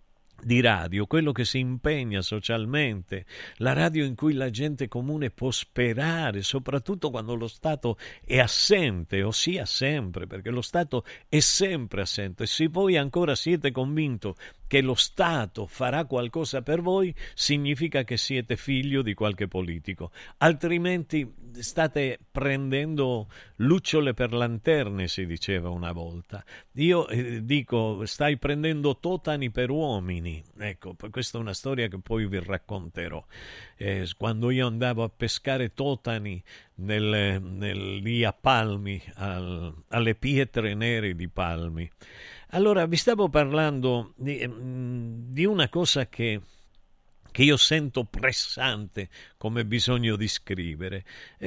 radio, quello che si impegna socialmente, la radio in cui la gente comune può sperare, soprattutto quando lo Stato è assente, ossia sempre, perché lo Stato è sempre assente. Se voi ancora siete convinti che lo Stato farà qualcosa per voi, significa che siete figlio di qualche politico, altrimenti state prendendo lucciole per lanterne, si diceva una volta. Io dico, stai prendendo totani per uomini. Ecco, questa è una storia che poi vi racconterò. Quando io andavo a pescare totani lì a Palmi, alle pietre nere di Palmi. Allora, vi stavo parlando di una cosa che io sento pressante come bisogno di scrivere.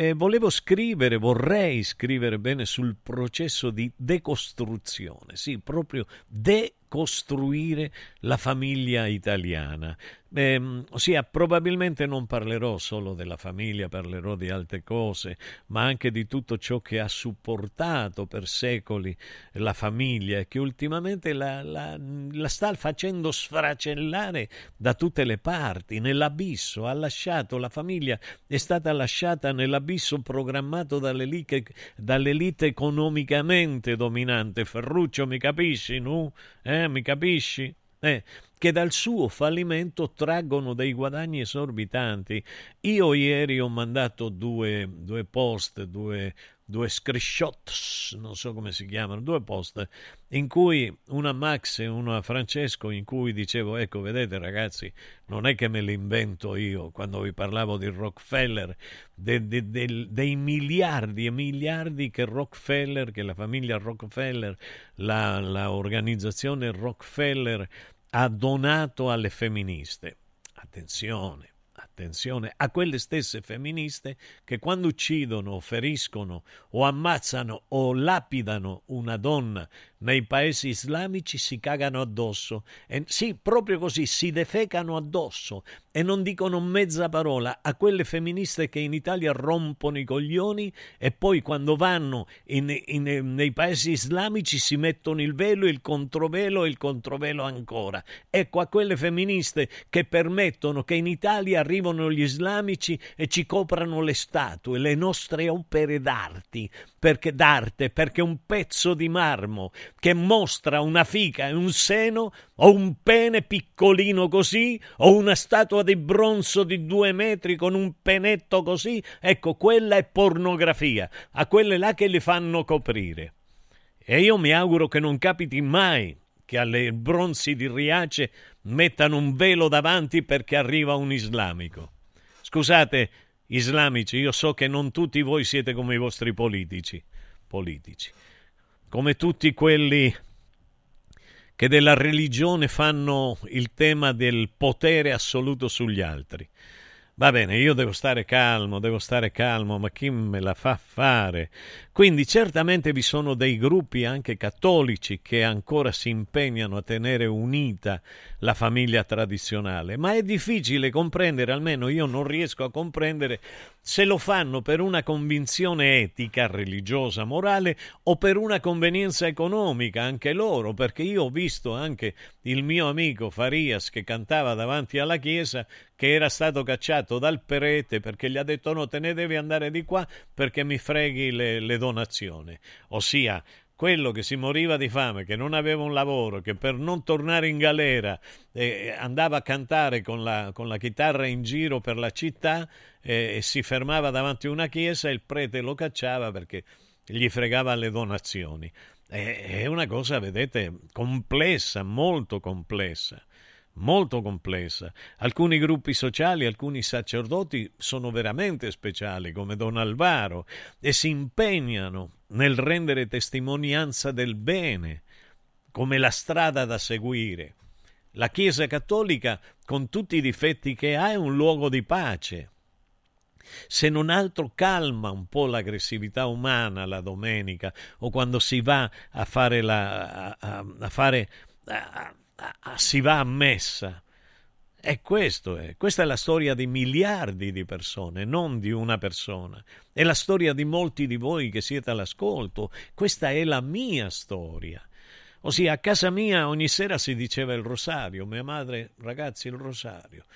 Vorrei scrivere bene sul processo di decostruzione, sì, proprio decostruire la famiglia italiana. Ossia, probabilmente non parlerò solo della famiglia, parlerò di altre cose, ma anche di tutto ciò che ha supportato per secoli la famiglia e che ultimamente la sta facendo sfracellare da tutte le parti, nell'abisso. La famiglia è stata lasciata nell'abisso programmato dall'elite economicamente dominante. Ferruccio, mi capisci, no? Mi capisci? Che dal suo fallimento traggono dei guadagni esorbitanti. Io ieri ho mandato due post, due screenshot, non so come si chiamano, 2 post, in cui una a Max e una a Francesco, in cui dicevo, ecco, vedete ragazzi, non è che me li invento io, quando vi parlavo di Rockefeller, dei miliardi e miliardi che Rockefeller, che la famiglia Rockefeller, la organizzazione Rockefeller ha donato alle femministe. Attenzione, a quelle stesse femministe che quando uccidono o feriscono o ammazzano o lapidano una donna nei paesi islamici si cagano addosso. Sì, proprio così, si defecano addosso e non dicono mezza parola a quelle femministe che in Italia rompono i coglioni e poi quando vanno nei paesi islamici si mettono il velo, il controvelo e il controvelo ancora. Ecco, a quelle femministe che permettono che in Italia arrivino arrivano gli islamici e ci coprano le statue, le nostre opere d'arte, perché un pezzo di marmo che mostra una fica e un seno, o un pene piccolino così, o una statua di bronzo di 2 metri con un penetto così, ecco, quella è pornografia, a quelle là che li fanno coprire. E io mi auguro che non capiti mai che alle bronzi di Riace mettano un velo davanti perché arriva un islamico. Scusate, islamici, io so che non tutti voi siete come i vostri politici, come tutti quelli che della religione fanno il tema del potere assoluto sugli altri. Va bene, io devo stare calmo, ma chi me la fa fare? Quindi certamente vi sono dei gruppi anche cattolici che ancora si impegnano a tenere unita la famiglia tradizionale, ma è difficile comprendere, almeno io non riesco a comprendere, se lo fanno per una convinzione etica, religiosa, morale o per una convenienza economica, anche loro, perché io ho visto anche il mio amico Farias che cantava davanti alla chiesa, che era stato cacciato dal prete perché gli ha detto no, te ne devi andare di qua perché mi freghi le donazioni. Ossia, quello che si moriva di fame, che non aveva un lavoro, che per non tornare in galera andava a cantare con la chitarra in giro per la città e si fermava davanti a una chiesa e il prete lo cacciava perché gli fregava le donazioni. È una cosa, vedete, complessa, molto complessa. Molto complessa. Alcuni gruppi sociali, alcuni sacerdoti sono veramente speciali, come Don Alvaro, e si impegnano nel rendere testimonianza del bene come la strada da seguire. La Chiesa Cattolica, con tutti i difetti che ha, è un luogo di pace. Se non altro calma un po' l'aggressività umana la domenica o quando si va a fare si va a messa. E questa è la storia di miliardi di persone, non di una persona. È la storia di molti di voi che siete all'ascolto. Questa è la mia storia. Ossia, a casa mia ogni sera si diceva il rosario. Mia madre, ragazzi, il rosario.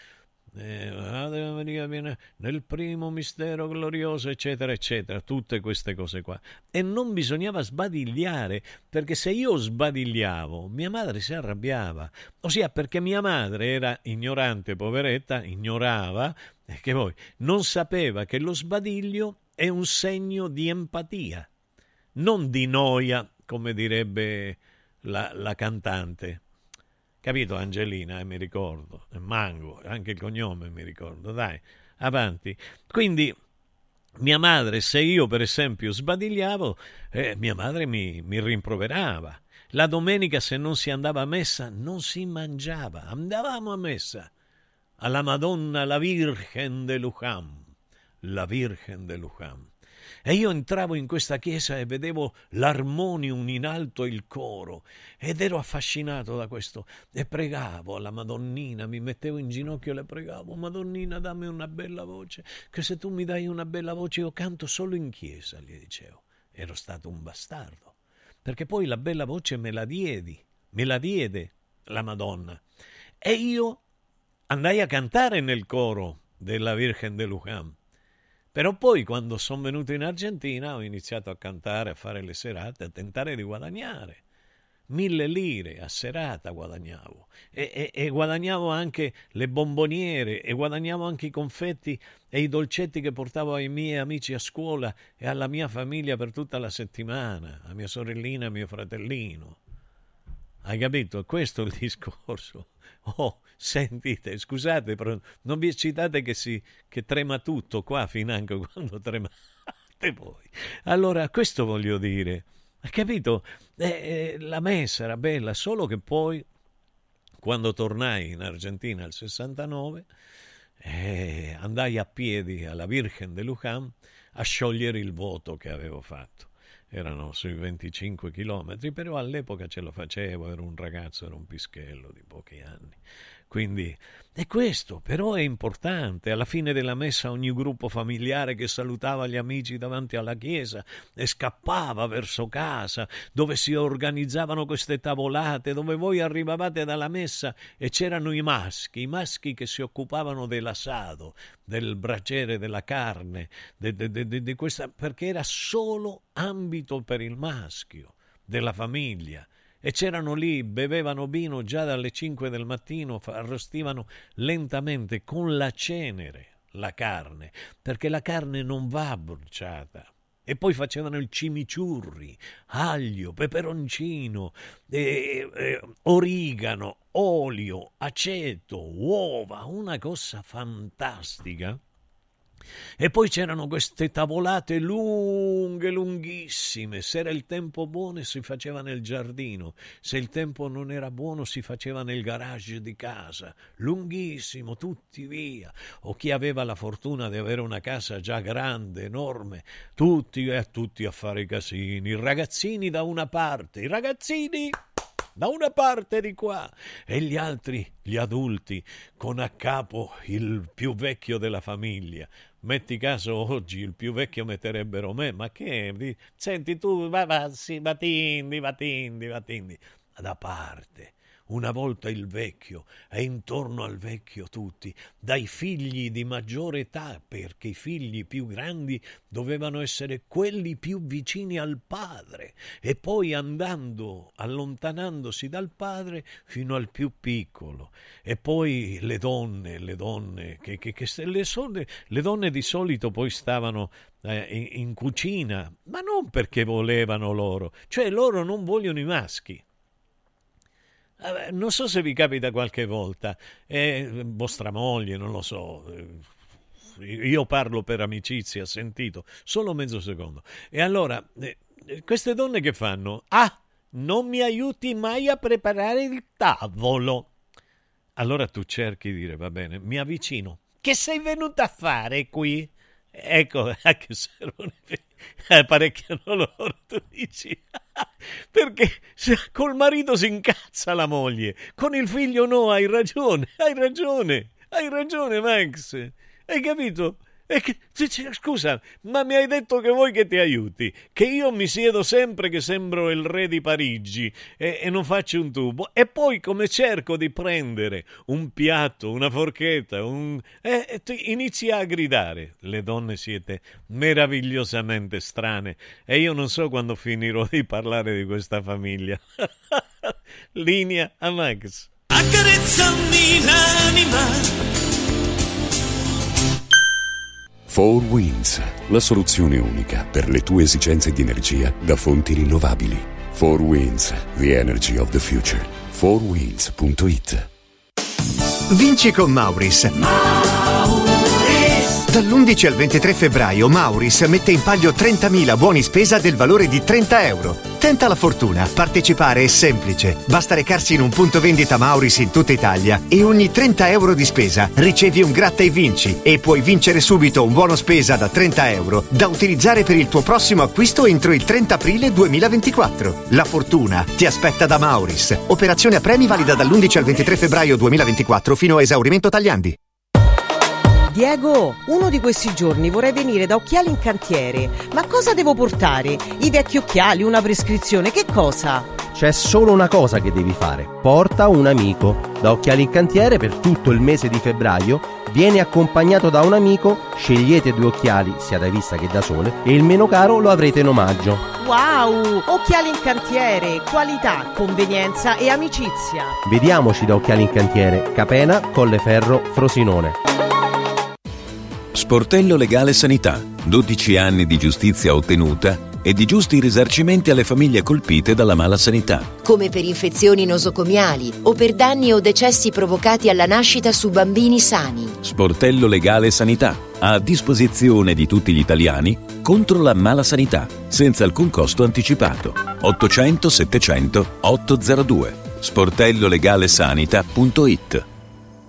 Ave Maria viene nel primo mistero glorioso, eccetera, eccetera, tutte queste cose qua. E non bisognava sbadigliare, perché se io sbadigliavo, mia madre si arrabbiava. Ossia, perché mia madre era ignorante, poveretta, ignorava, e che poi non sapeva che lo sbadiglio è un segno di empatia, non di noia, come direbbe la cantante. Capito, Angelina, mi ricordo, Mango, anche il cognome mi ricordo, dai, avanti. Quindi mia madre, se io per esempio sbadigliavo, mia madre mi rimproverava. La domenica, se non si andava a messa, non si mangiava, andavamo a messa alla Madonna, la Virgen de Luján, la Virgen de Luján. E io entravo in questa chiesa e vedevo l'armonium in alto e il coro ed ero affascinato da questo e pregavo alla Madonnina, mi mettevo in ginocchio e le pregavo: Madonnina, dammi una bella voce, che se tu mi dai una bella voce io canto solo in chiesa, gli dicevo. Ero stato un bastardo, perché poi la bella voce me la diede la Madonna e io andai a cantare nel coro della Virgen de Luján. Però poi, quando sono venuto in Argentina, ho iniziato a cantare, a fare le serate, a tentare di guadagnare. 1.000 lire a serata guadagnavo. E guadagnavo anche le bomboniere, e guadagnavo anche i confetti e i dolcetti che portavo ai miei amici a scuola e alla mia famiglia per tutta la settimana, a mia sorellina e a mio fratellino. Hai capito? Questo è il discorso. Oh, sentite, scusate, però non vi eccitate che trema tutto qua financo quando tremate voi. Allora, questo voglio dire. Hai capito? La messa era bella, solo che poi, quando tornai in Argentina nel 69, andai a piedi alla Virgen de Luján a sciogliere il voto che avevo fatto. Erano sui 25 chilometri, però all'epoca ce lo facevo, ero un ragazzo, ero un pischello di pochi anni. Quindi è questo, però è importante. Alla fine della messa ogni gruppo familiare che salutava gli amici davanti alla chiesa e scappava verso casa, dove si organizzavano queste tavolate, dove voi arrivavate dalla messa e c'erano i maschi che si occupavano dell'assado, del braciere della carne, di questa, perché era solo ambito per il maschio della famiglia. E c'erano lì, bevevano vino già dalle 5 del mattino, arrostivano lentamente con la cenere la carne, perché la carne non va bruciata. E poi facevano il cimiciurri, aglio, peperoncino, origano, olio, aceto, uova, una cosa fantastica. E poi c'erano queste tavolate lunghe, lunghissime. Se era il tempo buono si faceva nel giardino, se il tempo non era buono si faceva nel garage di casa, lunghissimo, tutti via. O chi aveva la fortuna di avere una casa già grande, enorme, tutti a fare i casini, i ragazzini da una parte, i ragazzini da una parte di qua, e gli altri, gli adulti, con a capo il più vecchio della famiglia. Metti caso oggi il più vecchio metterebbero me, ma che? Senti tu, batindi, da parte. Una volta il vecchio e intorno al vecchio tutti, dai figli di maggiore età, perché i figli più grandi dovevano essere quelli più vicini al padre, e poi allontanandosi dal padre fino al più piccolo. E poi le donne le donne di solito poi stavano in cucina, ma non perché volevano loro, cioè loro non vogliono i maschi. Non so se vi capita qualche volta, vostra moglie, non lo so, io parlo per amicizia, sentito, solo mezzo secondo. E allora, queste donne che fanno? Non mi aiuti mai a preparare il tavolo. Allora tu cerchi di dire, va bene, mi avvicino. Che sei venuta a fare qui? Ecco, anche se parecchiano loro, tu dici, perché col marito si incazza la moglie, con il figlio no, hai ragione Max, hai capito? Scusa, ma mi hai detto che vuoi che ti aiuti, che io mi siedo sempre che sembro il re di Parigi e non faccio un tubo, e poi come cerco di prendere un piatto, una forchetta, inizi a gridare. Le donne siete meravigliosamente strane e io non so quando finirò di parlare di questa famiglia. Linea a Max. Accarezzami l'anima. 4Winds, la soluzione unica per le tue esigenze di energia da fonti rinnovabili. 4Winds, the energy of the future. 4winds.it. Vinci con Mauris. Dall'11 al 23 febbraio Mauris mette in palio 30.000 buoni spesa del valore di €30. Tenta la fortuna, partecipare è semplice. Basta recarsi in un punto vendita Mauris in tutta Italia e ogni €30 di spesa ricevi un gratta e vinci e puoi vincere subito un buono spesa da €30 da utilizzare per il tuo prossimo acquisto entro il 30 aprile 2024. La fortuna ti aspetta da Mauris. Operazione a premi valida dall'11 al 23 febbraio 2024 fino a esaurimento tagliandi. Diego, uno di questi giorni vorrei venire da Occhiali in Cantiere. Ma cosa devo portare? I vecchi occhiali, una prescrizione, che cosa? C'è solo una cosa che devi fare. Porta un amico. Da Occhiali in Cantiere per tutto il mese di febbraio vieni accompagnato da un amico, scegliete 2 occhiali, sia da vista che da sole, e il meno caro lo avrete in omaggio. Wow! Occhiali in Cantiere, qualità, convenienza e amicizia. Vediamoci da Occhiali in Cantiere, Capena, Colleferro, Frosinone. Sportello Legale Sanità, 12 anni di giustizia ottenuta e di giusti risarcimenti alle famiglie colpite dalla mala sanità. Come per infezioni nosocomiali o per danni o decessi provocati alla nascita su bambini sani. Sportello Legale Sanità, a disposizione di tutti gli italiani contro la mala sanità, senza alcun costo anticipato. 800 700 802. sportellolegalesanita.it. Guarda!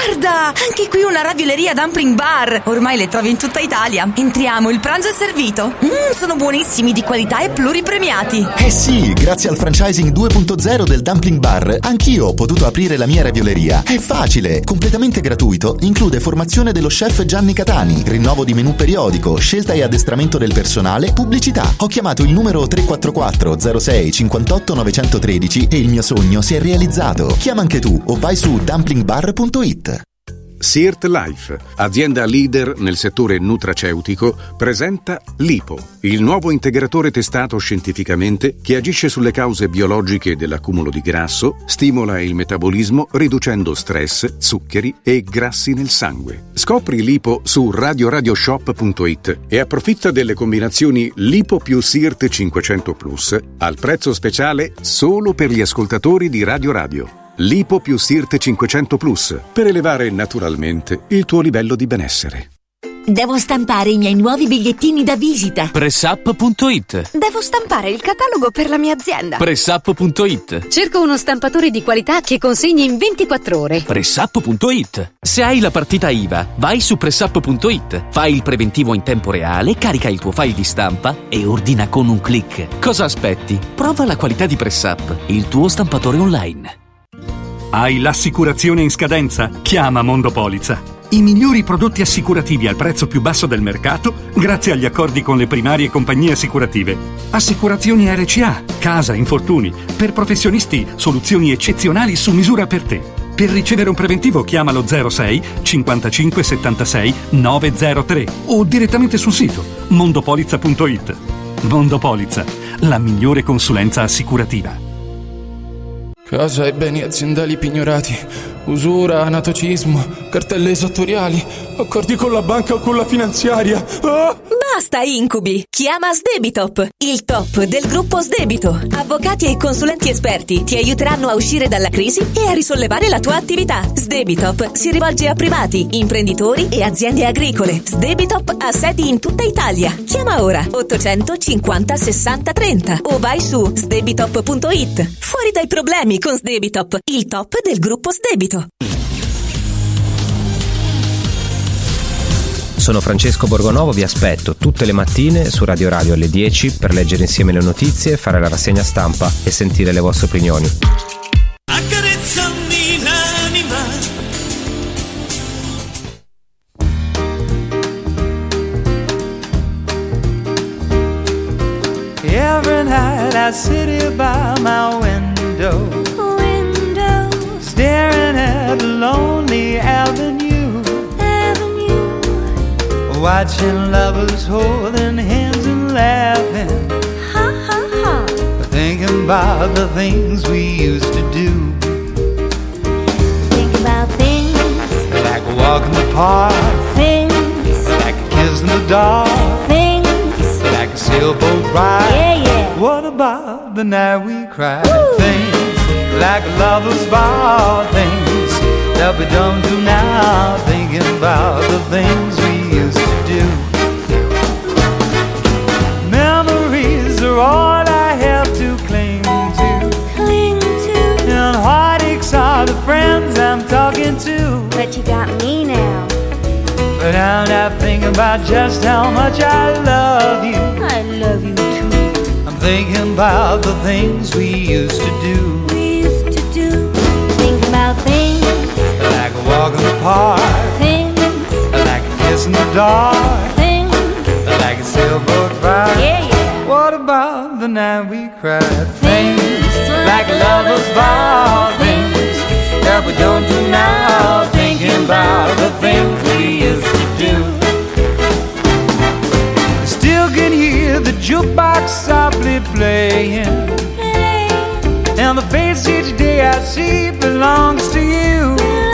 Guarda, anche qui una ravioleria Dumpling Bar. Ormai le trovi in tutta Italia. Entriamo, il pranzo è servito. Sono buonissimi, di qualità e pluripremiati. Eh sì, grazie al franchising 2.0 del Dumpling Bar, anch'io ho potuto aprire la mia ravioleria. È facile, completamente gratuito, include formazione dello chef Gianni Catani, rinnovo di menù periodico, scelta e addestramento del personale, pubblicità. Ho chiamato il numero 344 06 58 913 e il mio sogno si è realizzato. Chiama anche tu o vai su dumplingbar.it. Sirt Life, azienda leader nel settore nutraceutico, presenta Lipo, il nuovo integratore testato scientificamente che agisce sulle cause biologiche dell'accumulo di grasso, stimola il metabolismo riducendo stress, zuccheri e grassi nel sangue. Scopri Lipo su radioradioshop.it e approfitta delle combinazioni Lipo più Sirt 500 Plus al prezzo speciale solo per gli ascoltatori di Radio Radio. Lipo più Sirt 500 Plus per elevare naturalmente il tuo livello di benessere. Devo stampare i miei nuovi bigliettini da visita. Pressup.it. Devo stampare il catalogo per la mia azienda. Pressup.it. Cerco uno stampatore di qualità che consegni in 24 ore. Pressup.it. Se hai la partita IVA, vai su Pressup.it. Fai il preventivo in tempo reale, carica il tuo file di stampa e ordina con un click. Cosa aspetti? Prova la qualità di Pressup, il tuo stampatore online. Hai l'assicurazione in scadenza? Chiama Mondopolizza. I migliori prodotti assicurativi al prezzo più basso del mercato grazie agli accordi con le primarie compagnie assicurative. Assicurazioni RCA, casa, infortuni. Per professionisti, soluzioni eccezionali su misura per te. Per ricevere un preventivo chiamalo 06 55 76 903 o direttamente sul sito mondopolizza.it. Mondopolizza, la migliore consulenza assicurativa. Casa e beni aziendali pignorati, usura, anatocismo, cartelle esattoriali, accordi con la banca o con la finanziaria. Ah! Basta incubi! Chiama Sdebitop, il top del gruppo Sdebito. Avvocati e consulenti esperti ti aiuteranno a uscire dalla crisi e a risollevare la tua attività. Sdebitop si rivolge a privati, imprenditori e aziende agricole. Sdebitop ha sedi in tutta Italia. Chiama ora 850 60 30 o vai su sdebitop.it. Fuori dai problemi con Sdebitop, il top del gruppo Sdebito. Sono Francesco Borgonovo, vi aspetto tutte le mattine su Radio Radio alle 10 per leggere insieme le notizie, fare la rassegna stampa e sentire le vostre opinioni. Accarezzami l'anima. Every night I sit here by my window, staring at the lonely avenue, watching lovers holding hands and laughing, thinking about the things we used to do. Think about things like a walk in the park, things like a kiss in the dark, things like a sailboat ride. Yeah, yeah. What about the night we cried? Things like a lover's vow, things that we don't do now. Thinking about the things we used to do. Memories are all I have to cling to. Cling to. And heartaches are the friends I'm talking to. But you got me now. But I'm not thinking about just how much I love you. I love you too. I'm thinking about the things we used to do. We used to do. Think about things like a walk in the park, things like a kiss in the dark, things like a sailboat ride. Yeah, yeah. What about the night we cried? Things like a lover's vow, things that we don't do now. Thinking about the things we used to do. I still can hear the jukebox softly playing, and the face each day I see belongs to you.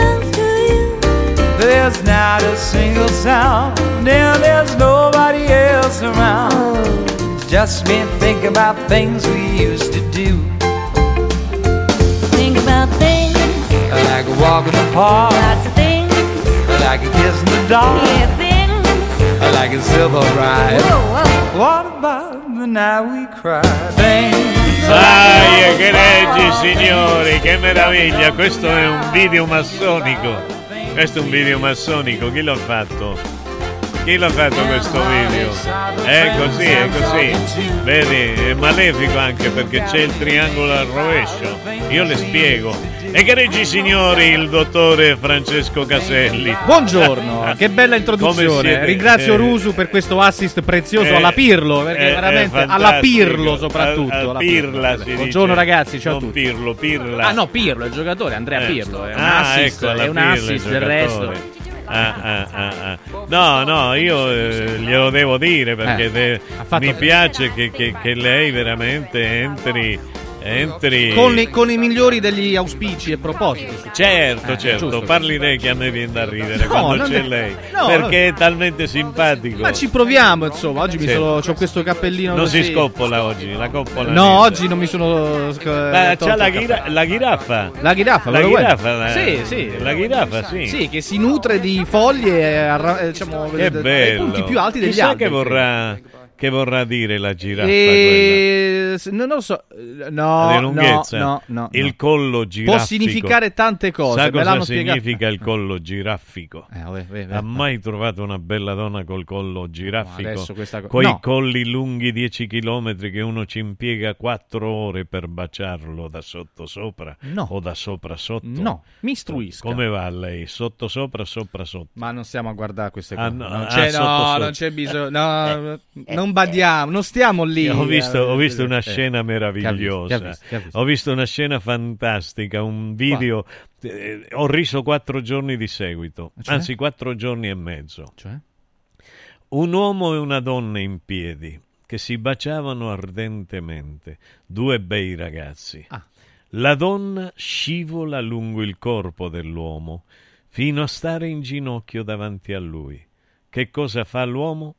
There's not a single sound, and there's nobody else around. It's just me thinking about things we used to do. Think about things like a walk in the park, lots of things like a kiss in the dark, yeah, things like a silver ride. Whoa, whoa. What about the night we cried? Things. Dai, che leggi, signori, che meraviglia! Questo è un video massonico. Questo è un video massonico, chi l'ha fatto? Chi l'ha fatto questo video? È così. Vedi, è malefico anche perché c'è il triangolo al rovescio. Io le spiego. Egregi signori, il dottore Francesco Caselli. Buongiorno, che bella introduzione. Ringrazio Rusu per questo assist prezioso alla Pirlo, perché veramente alla Pirlo soprattutto. Alla Pirla si Buongiorno dice. ragazzi, ciao a tutti. Pirla. Ah no, Pirlo, il giocatore, Andrea Pirlo. È un assist, ecco, è un assist del resto. No, io glielo devo dire perché mi piace che lei veramente entri con i migliori degli auspici e propositi. Certo, giusto. parli lei che a me viene da ridere quando c'è lei, perché è talmente simpatico. Ma ci proviamo, insomma. Oggi c'ho questo cappellino non così. si scoppola oggi, la coppola. No, oggi non mi sono c'ha la ghiraffa. La ghiraffa, sì. La ghiraffa, sì. Sì, che si nutre di foglie diciamo che bello. dai punti più alti degli alberi. Che vorrà dire la giraffa? Non lo so. No. Il collo giraffico. Può significare tante cose. Sa cosa spiegato? significa il collo giraffico? Ha mai trovato una bella donna col collo giraffico? Quei colli lunghi 10 chilometri che uno ci impiega 4 ore per baciarlo da sotto sopra o da sopra sotto? No, mi istruisca. Come va lei? Sotto sopra, sopra sotto? Ma non stiamo a guardare queste cose. Non c'è bisogno. Non badiamo, non stiamo lì. Ho visto una scena meravigliosa. Che ha visto? Ho visto una scena fantastica, un video. Ho riso 4 giorni di seguito, anzi 4 giorni e mezzo. Cioè? Un uomo e una donna in piedi che si baciavano ardentemente, 2 bei ragazzi. La donna scivola lungo il corpo dell'uomo fino a stare in ginocchio davanti a lui. Che cosa fa l'uomo?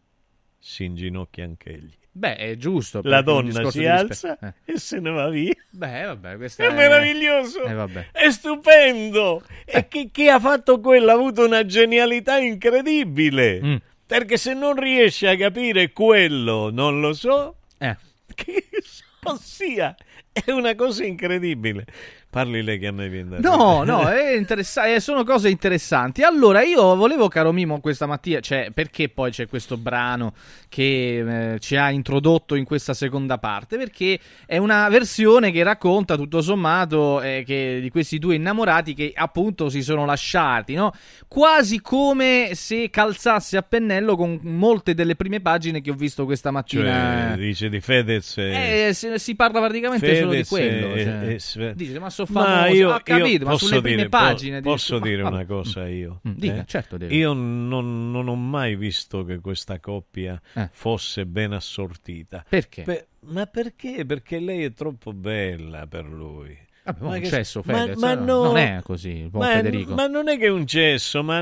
Si inginocchia anch'egli. Beh, è giusto. La donna si alza e se ne va via. Beh, vabbè, questo è meraviglioso. Vabbè. È stupendo. E chi ha fatto quello ha avuto una genialità incredibile. Perché se non riesce a capire quello, non lo so, che ossia, è una cosa incredibile. Parli lei che a me viene da No, è interessante, sono cose interessanti. Allora, io volevo, caro Mimo, questa mattina, perché poi c'è questo brano che ci ha introdotto in questa seconda parte? Perché è una versione che racconta, tutto sommato, di questi 2 innamorati che appunto si sono lasciati, no? Quasi come se calzasse a pennello con molte delle prime pagine che ho visto questa mattina. Cioè, dice di Fedez. Si parla praticamente solo di quello. Dice, ma ho capito, ma sulle prime pagine posso dire una cosa io? Dica, certo. Io non ho mai visto che questa coppia fosse ben assortita. Perché? Ma perché? Perché lei è troppo bella per lui. Vabbè, un cesso, Fedez, non è così, buon Federico. Ma non è che è un cesso, ma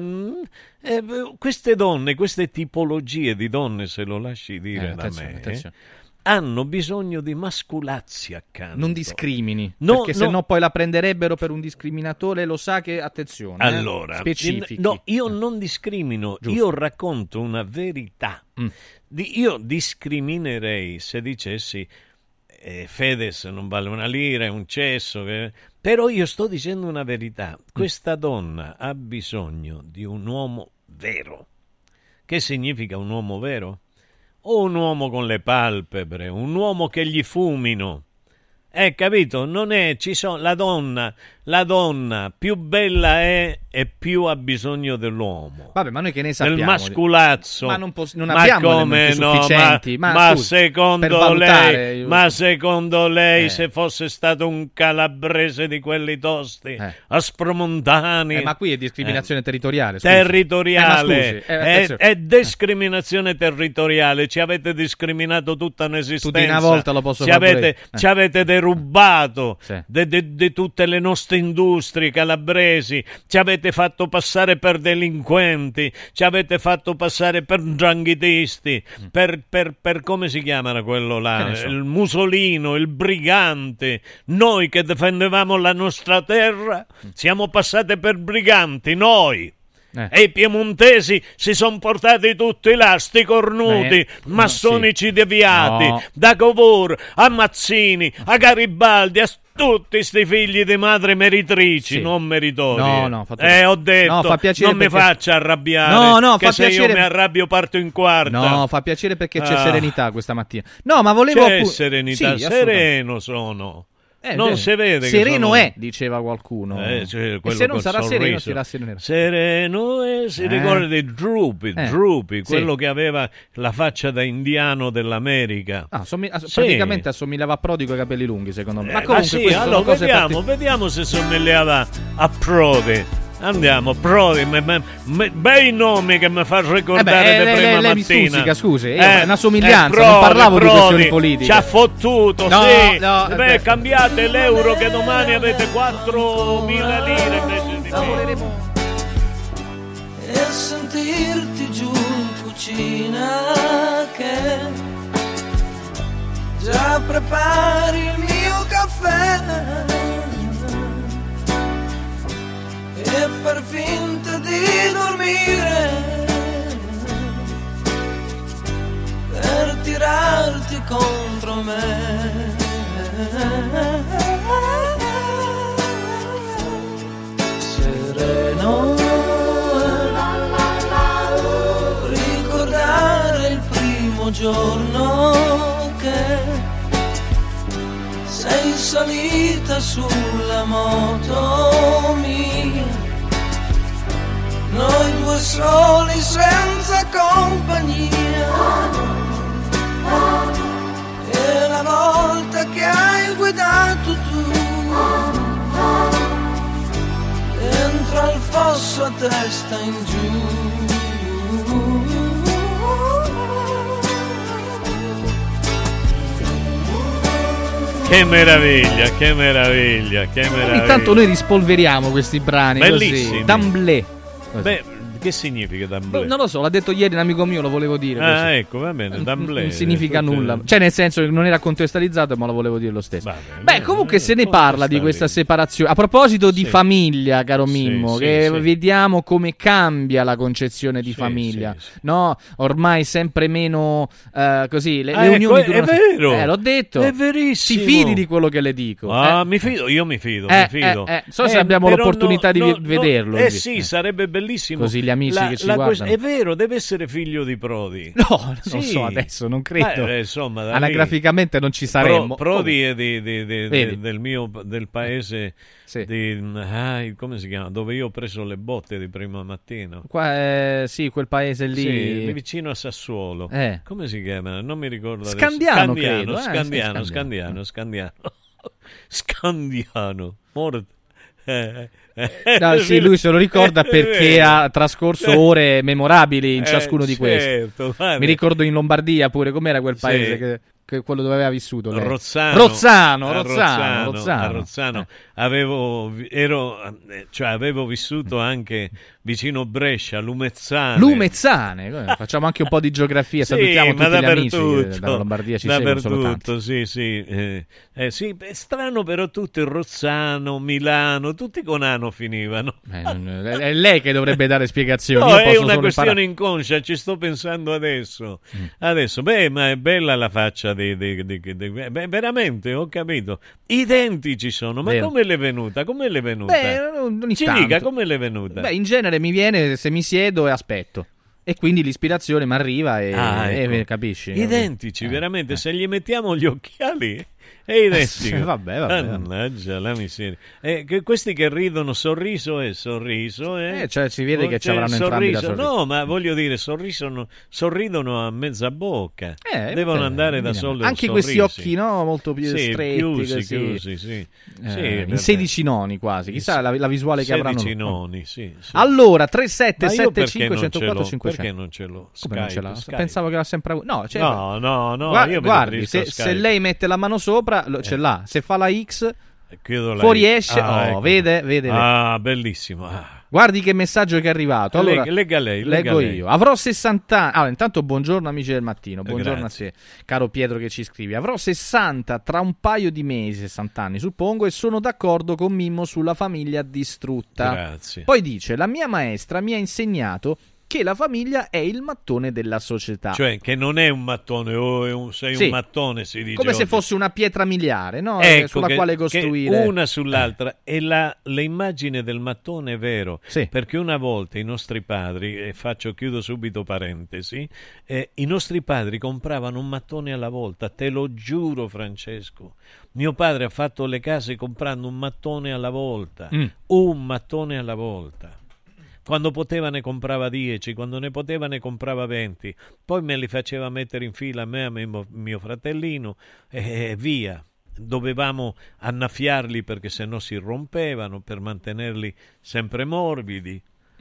queste donne, queste tipologie di donne, se lo lasci dire attenzione. Hanno bisogno di masculazzi accanto. Non discrimini, perché se no poi la prenderebbero per un discriminatore, lo sa che, attenzione, allora, specifichi. No, io non discrimino, giusto. Io racconto una verità. Io discriminerei se dicessi Fedez non vale una lira, è un cesso, però io sto dicendo una verità. Questa donna ha bisogno di un uomo vero. Che significa un uomo vero? O un uomo con le palpebre, un uomo che gli fumino. Capito? Non è, la donna più bella è e più ha bisogno dell'uomo. Vabbè, ma noi che ne sappiamo? Del masculazzo. Ma non abbiamo elementi sufficienti. Secondo lei, se fosse stato un calabrese di quelli tosti, aspromontani. Ma qui è discriminazione territoriale. Scusi. Territoriale. È discriminazione territoriale. Ci avete discriminato tutta un'esistenza. Tutti una volta lo posso fare. Ci avete derubato di tutte le nostre industrie calabresi. Ci avete fatto passare per delinquenti, ci avete fatto passare per ndranghetisti, per come si chiamano quello là, il musolino, il brigante. Noi che difendevamo la nostra terra siamo passati per briganti, noi. E i piemontesi si sono portati tutti là, sti cornuti, massonici deviati, da Cavour a Mazzini, a Garibaldi, a tutti sti figli di madre meritrici, Sì. non meritori. No, Ho detto, no, fa piacere non mi perché- faccia arrabbiare, No, che fa se piacere- io mi arrabbio parto in quarta. No, fa piacere perché c'è Ah. serenità questa mattina. No, ma volevo C'è appu- serenità, Sì, assolutamente. sereno sono. Non vero. si vede che sereno sono- è, diceva qualcuno. cioè, E quello se non col sarà sereno, sorriso. si rasserenerà. Sereno e si ricorda di Droopy, Sì. quello che aveva la faccia da indiano dell'America. Praticamente assomigliava a Prodi con i capelli lunghi, secondo me. Ma Ah, comunque sì, queste sono allora cose vediamo se somigliava a Prodi. Andiamo, Prodi, bei nomi che mi fa ricordare di prima lei mi mattina. stuzzica, scusi, io è una somiglianza, Prodi, non parlavo di Prodi, questioni politiche. Ci ha fottuto, No, sì. no, Beh, cambiate l'euro che domani avete 4.000 lire invece di me. E sentirti giù in cucina che già prepari il mio caffè e far finta di dormire per tirarti contro me. Sereno, ricordare il primo giorno che sei salita sulla moto mia, noi due soli senza compagnia, e la volta che hai guidato tu dentro al fosso a testa in giù. Che meraviglia, che meraviglia, che meraviglia. Ogni tanto noi rispolveriamo questi brani Bellissimi. così. D'amblè. Così. Beh, che significa d'amblè? Non lo so, l'ha detto ieri un amico mio, lo volevo dire. Ah, così. ecco, va bene, d'amblè. Non significa Tutte- nulla. Cioè, nel senso che non era contestualizzato, ma lo volevo dire lo stesso. bene, Beh, comunque se ne parla di questa separazione. A proposito di famiglia, caro Mimmo, sì, che sì. vediamo come cambia la concezione di famiglia. No, ormai sempre meno così. Le ecco, unioni è durano. vero. L'ho detto. È verissimo. Si fidi di quello che le dico. Ah, mi fido, io mi fido, Eh, mi fido. So se abbiamo però l'opportunità di vederlo. Eh sì, sarebbe bellissimo. Così gli amici che ci guardano. È vero, deve essere figlio di Prodi. No, non Sì. so adesso, non credo. Insomma, da lì. Anagraficamente non ci saremmo. Prodi è Vedi. del paese come si chiama? Dove io ho preso le botte di prima mattina. Qua, sì, quel paese lì. Sì, vicino a Sassuolo. Come si chiama? Non mi ricordo adesso. Scandiano, credo. Scandiano. No, sì, lui se lo ricorda perché ha trascorso ore memorabili in ciascuno di questi. Certo, guarda. Mi ricordo in Lombardia pure, com'era quel paese Sì. che quello dove aveva vissuto lei? Rozzano. A Rozzano. Avevo vissuto anche vicino Brescia, Lumezzane. Facciamo anche un po' di geografia, Sì, salutiamo ma tutti gli amici che dappertutto, dalla Lombardia ci seguono, sono tanti. dappertutto, sì. Sì, è strano però tutti Rozzano, Milano, tutti con Ano finivano. È lei che dovrebbe dare spiegazioni. No, Io è posso una solo questione imparare. inconscia, ci sto pensando adesso. Beh, ma è bella la faccia beh, veramente, ho capito. I denti ci sono, ma Vero. come le è venuta? Beh, ogni Ci tanto. dica come le è venuta. Beh, in genere mi viene se mi siedo e aspetto. E quindi l'ispirazione mi arriva e capisci? Identici, veramente. Se gli mettiamo gli occhiali è identico. Vabbè. Mannaggia la miseria. Questi che ridono, sorriso. Cioè si vede che ci avranno entrambi da sorridere. No, ma voglio dire, sorridono a mezza bocca. Devono andare da soli. Anche questi occhi, no? Molto più stretti, chiusi, sì. In 16 noni quasi. Chissà la visuale che avranno. 16 noni, sì. Allora, 3775 Ma io 104 500. perché non ce l'ho? Come non ce l'ha? Skype. Pensavo che l'ha sempre avuto. No, io guardi, preferisco se Skype. lei mette la mano sopra, ce l'ha. Se fa la X, Chiudo la fuori X. esce. Ecco. Vede. Ah, bellissimo. Guardi che messaggio che è arrivato. Allora, legga lei. leggo io. Avrò 60 anni. Allora, intanto buongiorno amici del mattino. Buongiorno Grazie. a te, caro Pietro che ci scrivi. Avrò 60 tra un paio di mesi, 60 anni suppongo, e sono d'accordo con Mimmo sulla famiglia distrutta. Grazie. Poi dice: la mia maestra mi ha insegnato che la famiglia è il mattone della società. Cioè che non è un mattone, sei un mattone, si dice. Come se oggi. fosse una pietra miliare, no? Ecco, Sulla quale costruire. Che una sull'altra. E l'immagine del mattone è vero. Sì. Perché una volta i nostri padri, e chiudo subito parentesi, i nostri padri compravano un mattone alla volta, te lo giuro Francesco. Mio padre ha fatto le case comprando un mattone alla volta. Un mattone alla volta. Quando poteva ne comprava 10, quando ne poteva ne comprava 20, poi me li faceva mettere in fila a me e mio fratellino e via. Dovevamo annaffiarli perché sennò si rompevano, per mantenerli sempre morbidi.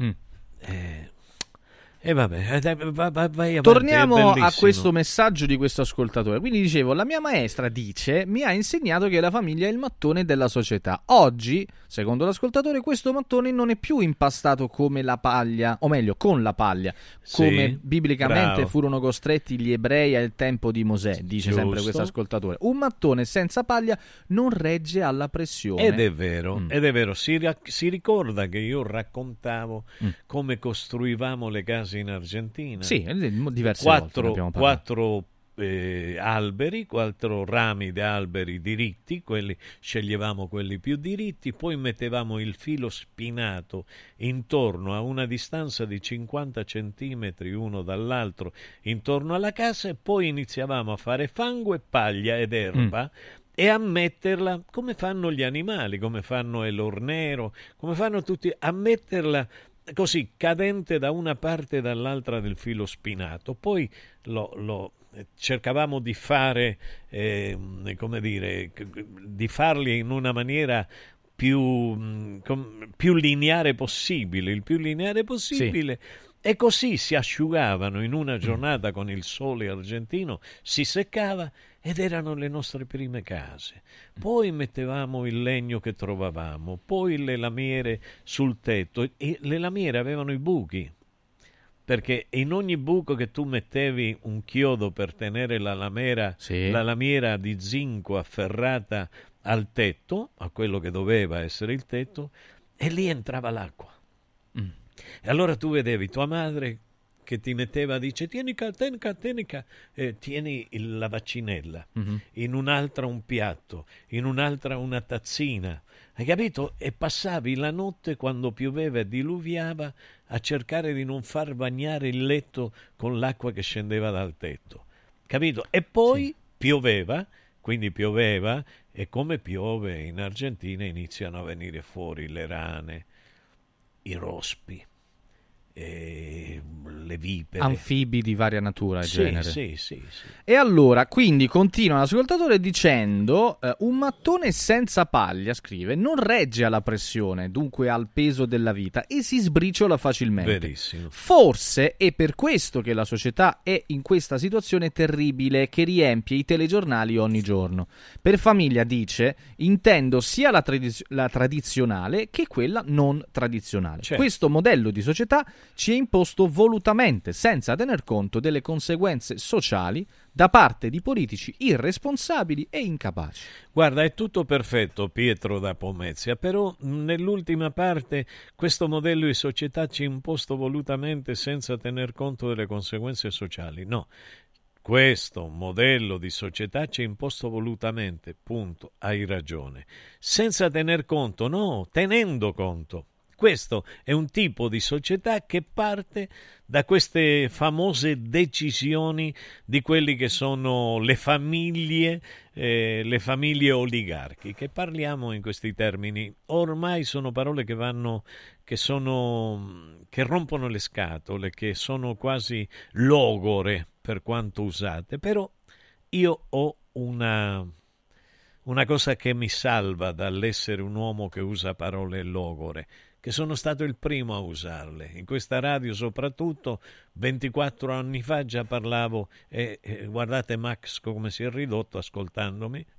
E vabbè, vai avanti. Torniamo a questo messaggio di questo ascoltatore. Quindi dicevo, la mia maestra mi ha insegnato che la famiglia è il mattone della società. Oggi, secondo l'ascoltatore, questo mattone non è più impastato come la paglia, o meglio, con la paglia, come biblicamente furono costretti gli ebrei al tempo di Mosè, dice sempre questo ascoltatore. Un mattone senza paglia non regge alla pressione. Ed è vero, si ricorda che io raccontavo come costruivamo le case in Argentina. Sì, diverse volte ne abbiamo parlato. 4 alberi, 4 rami di alberi diritti, sceglievamo quelli più diritti, poi mettevamo il filo spinato intorno a una distanza di 50 centimetri uno dall'altro intorno alla casa, e poi iniziavamo a fare fango e paglia ed erba e a metterla come fanno gli animali, come fanno l'ornero, come fanno tutti, a metterla così cadente da una parte e dall'altra del filo spinato. Poi lo cercavamo di fare, di farli in una maniera più lineare possibile, il più lineare possibile. Sì. E così si asciugavano in una giornata con il sole argentino, si seccava ed erano le nostre prime case. Poi mettevamo il legno che trovavamo, poi le lamiere sul tetto, e le lamiere avevano i buchi, perché in ogni buco che tu mettevi un chiodo per tenere la lamiera di zinco afferrata al tetto, a quello che doveva essere il tetto, e lì entrava l'acqua. E allora tu vedevi tua madre che ti metteva, dice tieni la vaccinella, in un'altra un piatto, in un'altra una tazzina, hai capito? E passavi la notte, quando pioveva e diluviava, a cercare di non far bagnare il letto con l'acqua che scendeva dal tetto, capito? E poi pioveva, e come piove in Argentina iniziano a venire fuori le rane, i rospi, le vipere, anfibi di varia natura e genere. Sì. E allora, quindi continua l'ascoltatore dicendo un mattone senza paglia, scrive, non regge alla pressione, dunque al peso della vita, e si sbriciola facilmente. Verissimo. Forse è per questo che la società è in questa situazione terribile che riempie i telegiornali ogni giorno. Per famiglia, dice, intendo sia la tradizionale che quella non tradizionale. Certo. Questo modello di società ci è imposto volutamente, senza tener conto delle conseguenze sociali da parte di politici irresponsabili e incapaci. Guarda, è tutto perfetto, Pietro da Pomezia, però nell'ultima parte questo modello di società ci è imposto volutamente senza tener conto delle conseguenze sociali. No, questo modello di società ci è imposto volutamente, punto, hai ragione. Senza tener conto, no, tenendo conto. Questo è un tipo di società che parte da queste famose decisioni di quelli che sono le famiglie oligarchiche. Parliamo in questi termini. Ormai sono parole che rompono le scatole, che sono quasi logore per quanto usate. Però io ho una cosa che mi salva dall'essere un uomo che usa parole logore, che sono stato il primo a usarle. In questa radio soprattutto, 24 anni fa già parlavo, e guardate Max come si è ridotto ascoltandomi.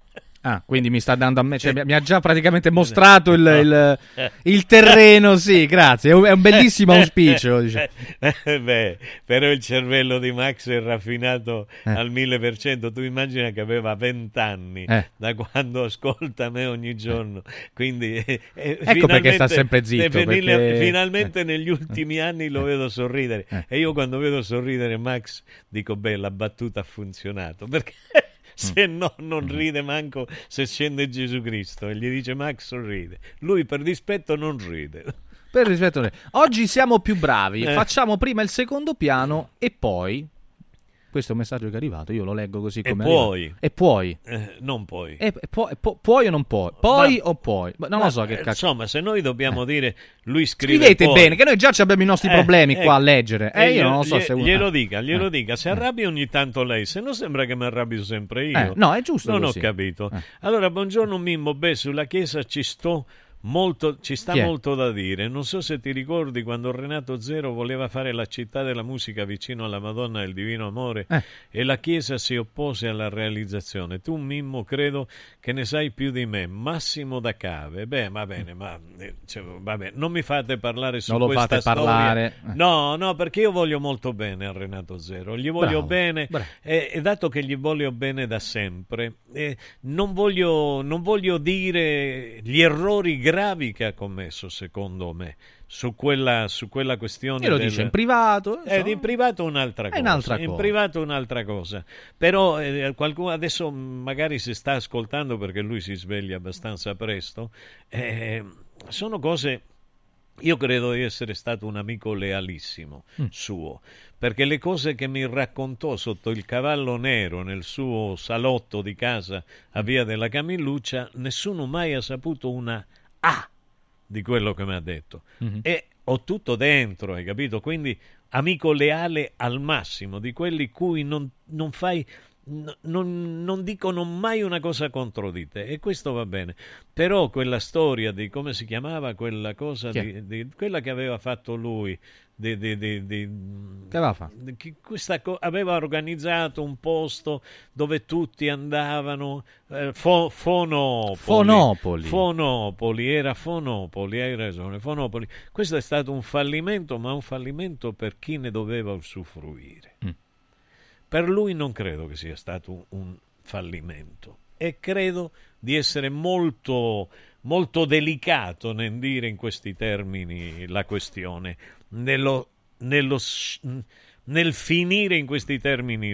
Ah, quindi mi sta dando a me, cioè mi ha già praticamente mostrato il terreno, sì, grazie, è un bellissimo auspicio. Diciamo. Beh, però il cervello di Max è raffinato al 1000%, tu immagina che aveva 20 anni da quando ascolta me ogni giorno, quindi ecco perché sta sempre zitto. Finalmente negli ultimi anni lo vedo sorridere, e io quando vedo sorridere Max dico, beh, la battuta ha funzionato, perché... se no non ride manco se scende Gesù Cristo e gli dice Max sorride, lui per dispetto non ride. Per rispetto, oggi siamo più bravi, facciamo prima il secondo piano e poi questo è un messaggio che è arrivato, io lo leggo così come e poi non puoi puoi o non puoi, poi o poi, non lo so che cazzo. Insomma, se noi dobbiamo dire lui scrivete poi. Bene, che noi già abbiamo i nostri problemi qua a leggere, io non lo so se glielo dica, se arrabbia ogni tanto lei, se no sembra che mi arrabbio sempre io. No, è giusto non così. Ho capito. Allora, buongiorno Mimmo, beh, sulla Chiesa ci sta molto da dire. Non so se ti ricordi quando Renato Zero voleva fare la città della musica vicino alla Madonna del Divino Amore e la Chiesa si oppose alla realizzazione. Tu, Mimmo, credo che ne sai più di me. Massimo da Cave. Beh, va bene, vabbè, non mi fate parlare su questa storia. Parlare. No, perché io voglio molto bene a Renato Zero. Gli voglio bene e dato che gli voglio bene da sempre, non voglio dire gli errori gravi che ha commesso, secondo me, su quella questione. E lo dice in privato. In privato un'altra cosa. In privato un'altra cosa. Però qualcuno adesso magari si sta ascoltando perché lui si sveglia abbastanza presto. Sono cose. Io credo di essere stato un amico lealissimo suo, perché le cose che mi raccontò sotto il cavallo nero nel suo salotto di casa a Via della Camilluccia, nessuno mai ha saputo una A di quello che mi ha detto. E ho tutto dentro, hai capito? Quindi amico leale al massimo, di quelli cui non fai... Non dicono mai una cosa contro di te, e questo va bene. Però quella storia di come si chiamava quella cosa di quella che aveva fatto lui che aveva fatto? Aveva organizzato un posto dove tutti andavano, Fonopoli, era Fonopoli, hai ragione, Fonopoli. Questo è stato un fallimento, ma un fallimento per chi ne doveva usufruire. Per lui non credo che sia stato un fallimento, e credo di essere molto, molto delicato nel dire in questi termini la questione, nel finire in questi termini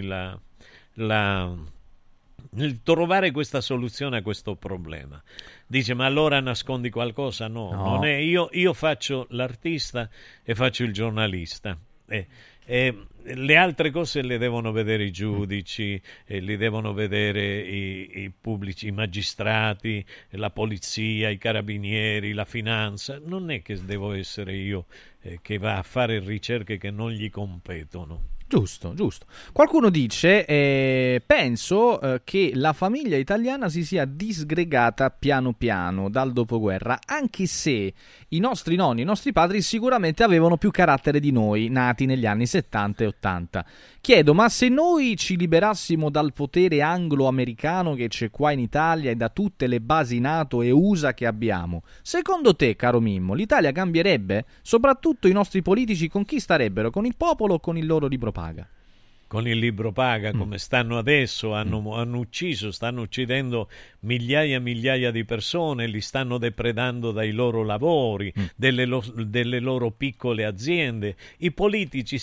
nel trovare questa soluzione a questo problema. Dice, ma allora nascondi qualcosa? No. Non è. Io faccio l'artista e faccio il giornalista. Le altre cose le devono vedere i giudici, li devono vedere i pubblici, i magistrati, la polizia, i carabinieri, la finanza. Non è che devo essere io che va a fare ricerche che non gli competono. Giusto. Qualcuno dice, penso che la famiglia italiana si sia disgregata piano piano dal dopoguerra, anche se i nostri nonni, i nostri padri sicuramente avevano più carattere di noi, nati negli anni 70 e 80. Chiedo, ma se noi ci liberassimo dal potere anglo-americano che c'è qua in Italia e da tutte le basi NATO e USA che abbiamo, secondo te, caro Mimmo, l'Italia cambierebbe? Soprattutto i nostri politici con chi starebbero? Con il popolo o con il loro libro paga? Con il libro paga, come stanno adesso, stanno uccidendo migliaia e migliaia di persone, li stanno depredando dai loro lavori, delle loro piccole aziende. I politici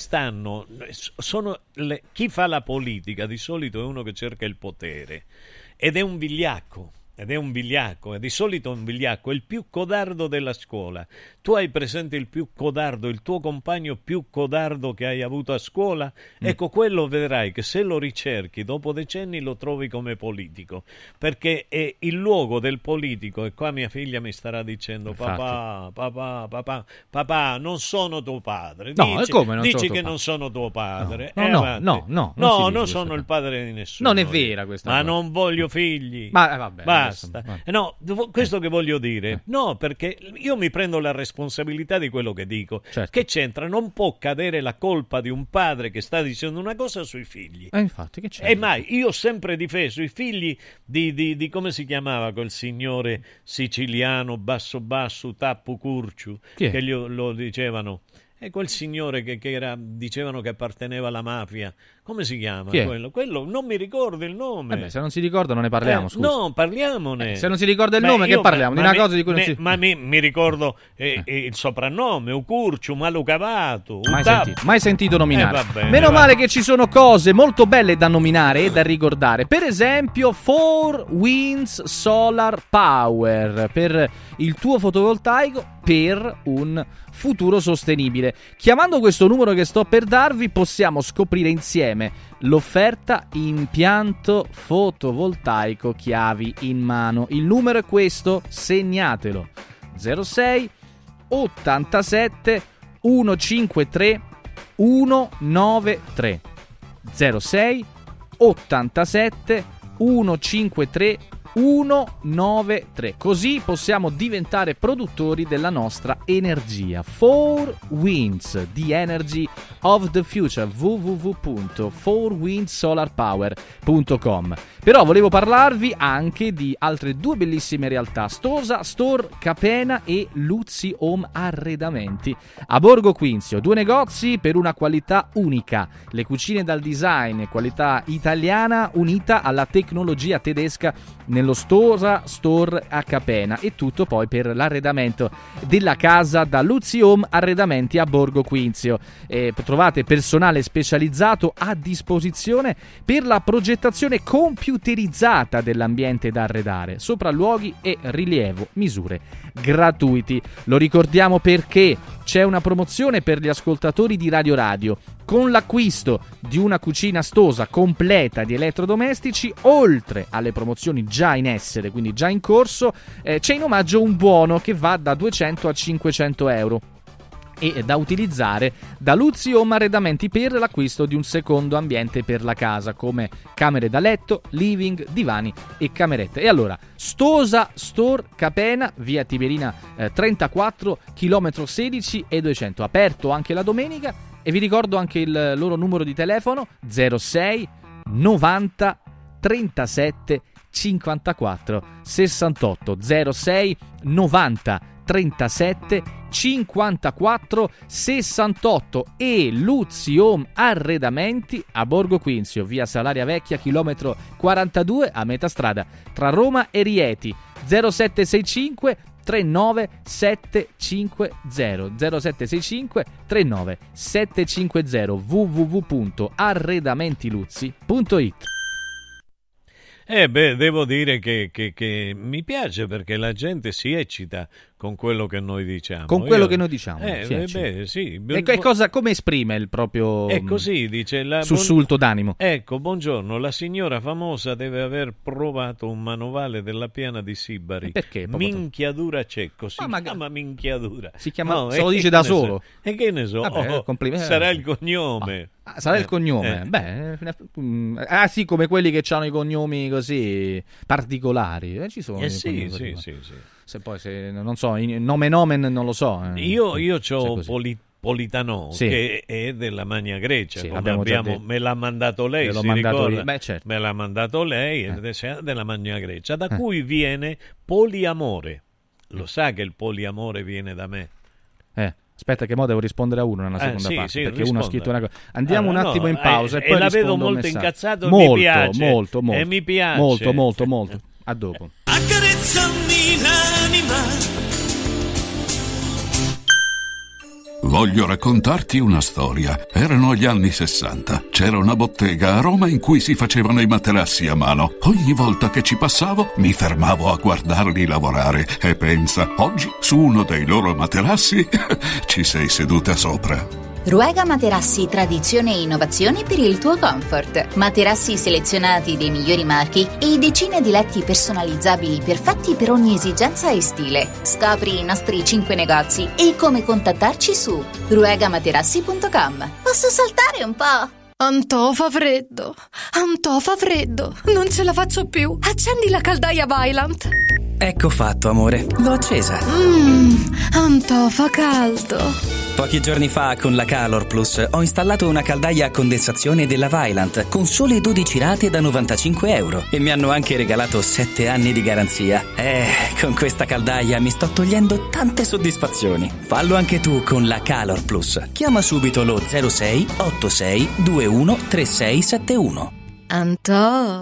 chi fa la politica di solito è uno che cerca il potere ed è un vigliacco. È di solito un vigliacco, è il più codardo della scuola. Tu hai presente il più codardo, il tuo compagno più codardo che hai avuto a scuola? Ecco, quello vedrai che se lo ricerchi dopo decenni lo trovi come politico, perché è il luogo del politico. E qua mia figlia mi starà dicendo, papà, non sono tuo padre. Dici che non sono tuo padre. No, non sono il padre di nessuno. Non è vera questa cosa. Non voglio figli. Ma vabbè. basta. No, questo che voglio dire, no, perché io mi prendo la responsabilità di quello che dico. Certo. Che c'entra? Non può cadere la colpa di un padre che sta dicendo una cosa sui figli. Infatti, che c'entra? E mai, io ho sempre difeso i figli di come si chiamava quel signore siciliano, basso, Tappu Curciu, che lo dicevano. E quel signore che dicevano che apparteneva alla mafia, come si chiama? Quello non mi ricordo il nome. Se non si ricorda non ne parliamo, scusa. No, parliamone. Se non si ricorda il nome, che parliamo? Di una cosa di cui non si... Ma mi ricordo il soprannome, Ucurciu, Malucavato. Mai sentito nominare. Bene, Meno male che ci sono cose molto belle da nominare e da ricordare. Per esempio, 4 Winds Solar Power, per il tuo fotovoltaico per un futuro sostenibile. Chiamando questo numero che sto per darvi possiamo scoprire insieme l'offerta impianto fotovoltaico chiavi in mano. Il numero è questo, segnatelo: 06 87 153 193 06 87 153 193. Così possiamo diventare produttori della nostra energia. 4 Winds, the energy of the future. www.4windsolarpower.com. Però volevo parlarvi anche di altre due bellissime realtà: Stosa Store Capena e Luzzi Home Arredamenti a Borgo Quinzio. 2 negozi per una qualità unica, le cucine dal design e qualità italiana unita alla tecnologia tedesca nello Stosa Store a Capena, e tutto poi per l'arredamento della casa da Luzzi Home Arredamenti a Borgo Quinzio. Trovate personale specializzato a disposizione per la progettazione computerizzata dell'ambiente da arredare, sopralluoghi e rilievo misure gratuiti. Lo ricordiamo perché c'è una promozione per gli ascoltatori di Radio Radio. Con l'acquisto di una cucina Stosa completa di elettrodomestici, oltre alle promozioni già in essere, quindi già in corso, c'è in omaggio un buono che va da 200 a 500 euro e da utilizzare da Luzzi Home Arredamenti per l'acquisto di un secondo ambiente per la casa, come camere da letto, living, divani e camerette. E allora, Stosa Store Capena, via Tiberina 34, chilometro 16 e 200, aperto anche la domenica. E vi ricordo anche il loro numero di telefono: 06 90 37 54 68 06 90 37 54 68. E Luzzi Home Arredamenti a Borgo Quinzio, via Salaria Vecchia, chilometro 42, a metà strada tra Roma e Rieti. 0765 39 750 0765 39 750 www.arredamentiluzzi.it. Devo dire che mi piace, perché la gente si eccita con quello che noi diciamo. Con quello che noi diciamo. Sì. E come esprime il proprio è così, dice sussulto d'animo? Ecco, buongiorno, la signora famosa deve aver provato un manovale della piana di Sibari. Perché? Minchiadura Cecco, si chiama minchiadura. Si chiama, se lo dice da solo. E che ne so? Vabbè, sarà il cognome. Sarà il cognome. Sì, come quelli che hanno i cognomi così particolari. Ci sono. Sì. Se non so, nomen non lo so. Io c'ho Politano, che è della Magna Grecia, me l'ha mandato lei, si ricorda? Certo. Me l'ha mandato lei, è della Magna Grecia, da cui viene poliamore. Lo sa che il poliamore viene da me? Aspetta, che mo devo rispondere a uno nella seconda parte, perché risponda. Uno ha scritto una cosa. Andiamo un attimo in pausa e poi la vedo molto incazzato, mi piace. Molto. Mi piace. Molto. A dopo. Accarezzami l'anima. Voglio raccontarti una storia. Erano gli anni 60. C'era una bottega a Roma in cui si facevano i materassi a mano. Ogni volta che ci passavo mi fermavo a guardarli lavorare e pensa, oggi su uno dei loro materassi ci sei seduta sopra. Ruega Materassi, tradizione e innovazione per il tuo comfort. Materassi selezionati dei migliori marchi e decine di letti personalizzabili perfetti per ogni esigenza e stile. Scopri i nostri 5 negozi e come contattarci su ruegamaterassi.com. Posso saltare un po'? Antò fa freddo, non ce la faccio più. Accendi la caldaia Vaillant. Ecco fatto, amore, l'ho accesa. Antò fa caldo. Pochi giorni fa con la Calor Plus ho installato una caldaia a condensazione della Vaillant con sole 12 rate da €95 e mi hanno anche regalato 7 anni di garanzia. Con questa caldaia mi sto togliendo tante soddisfazioni. Fallo anche tu con la Calor Plus. Chiama subito lo 06 86 21 3671. Antò.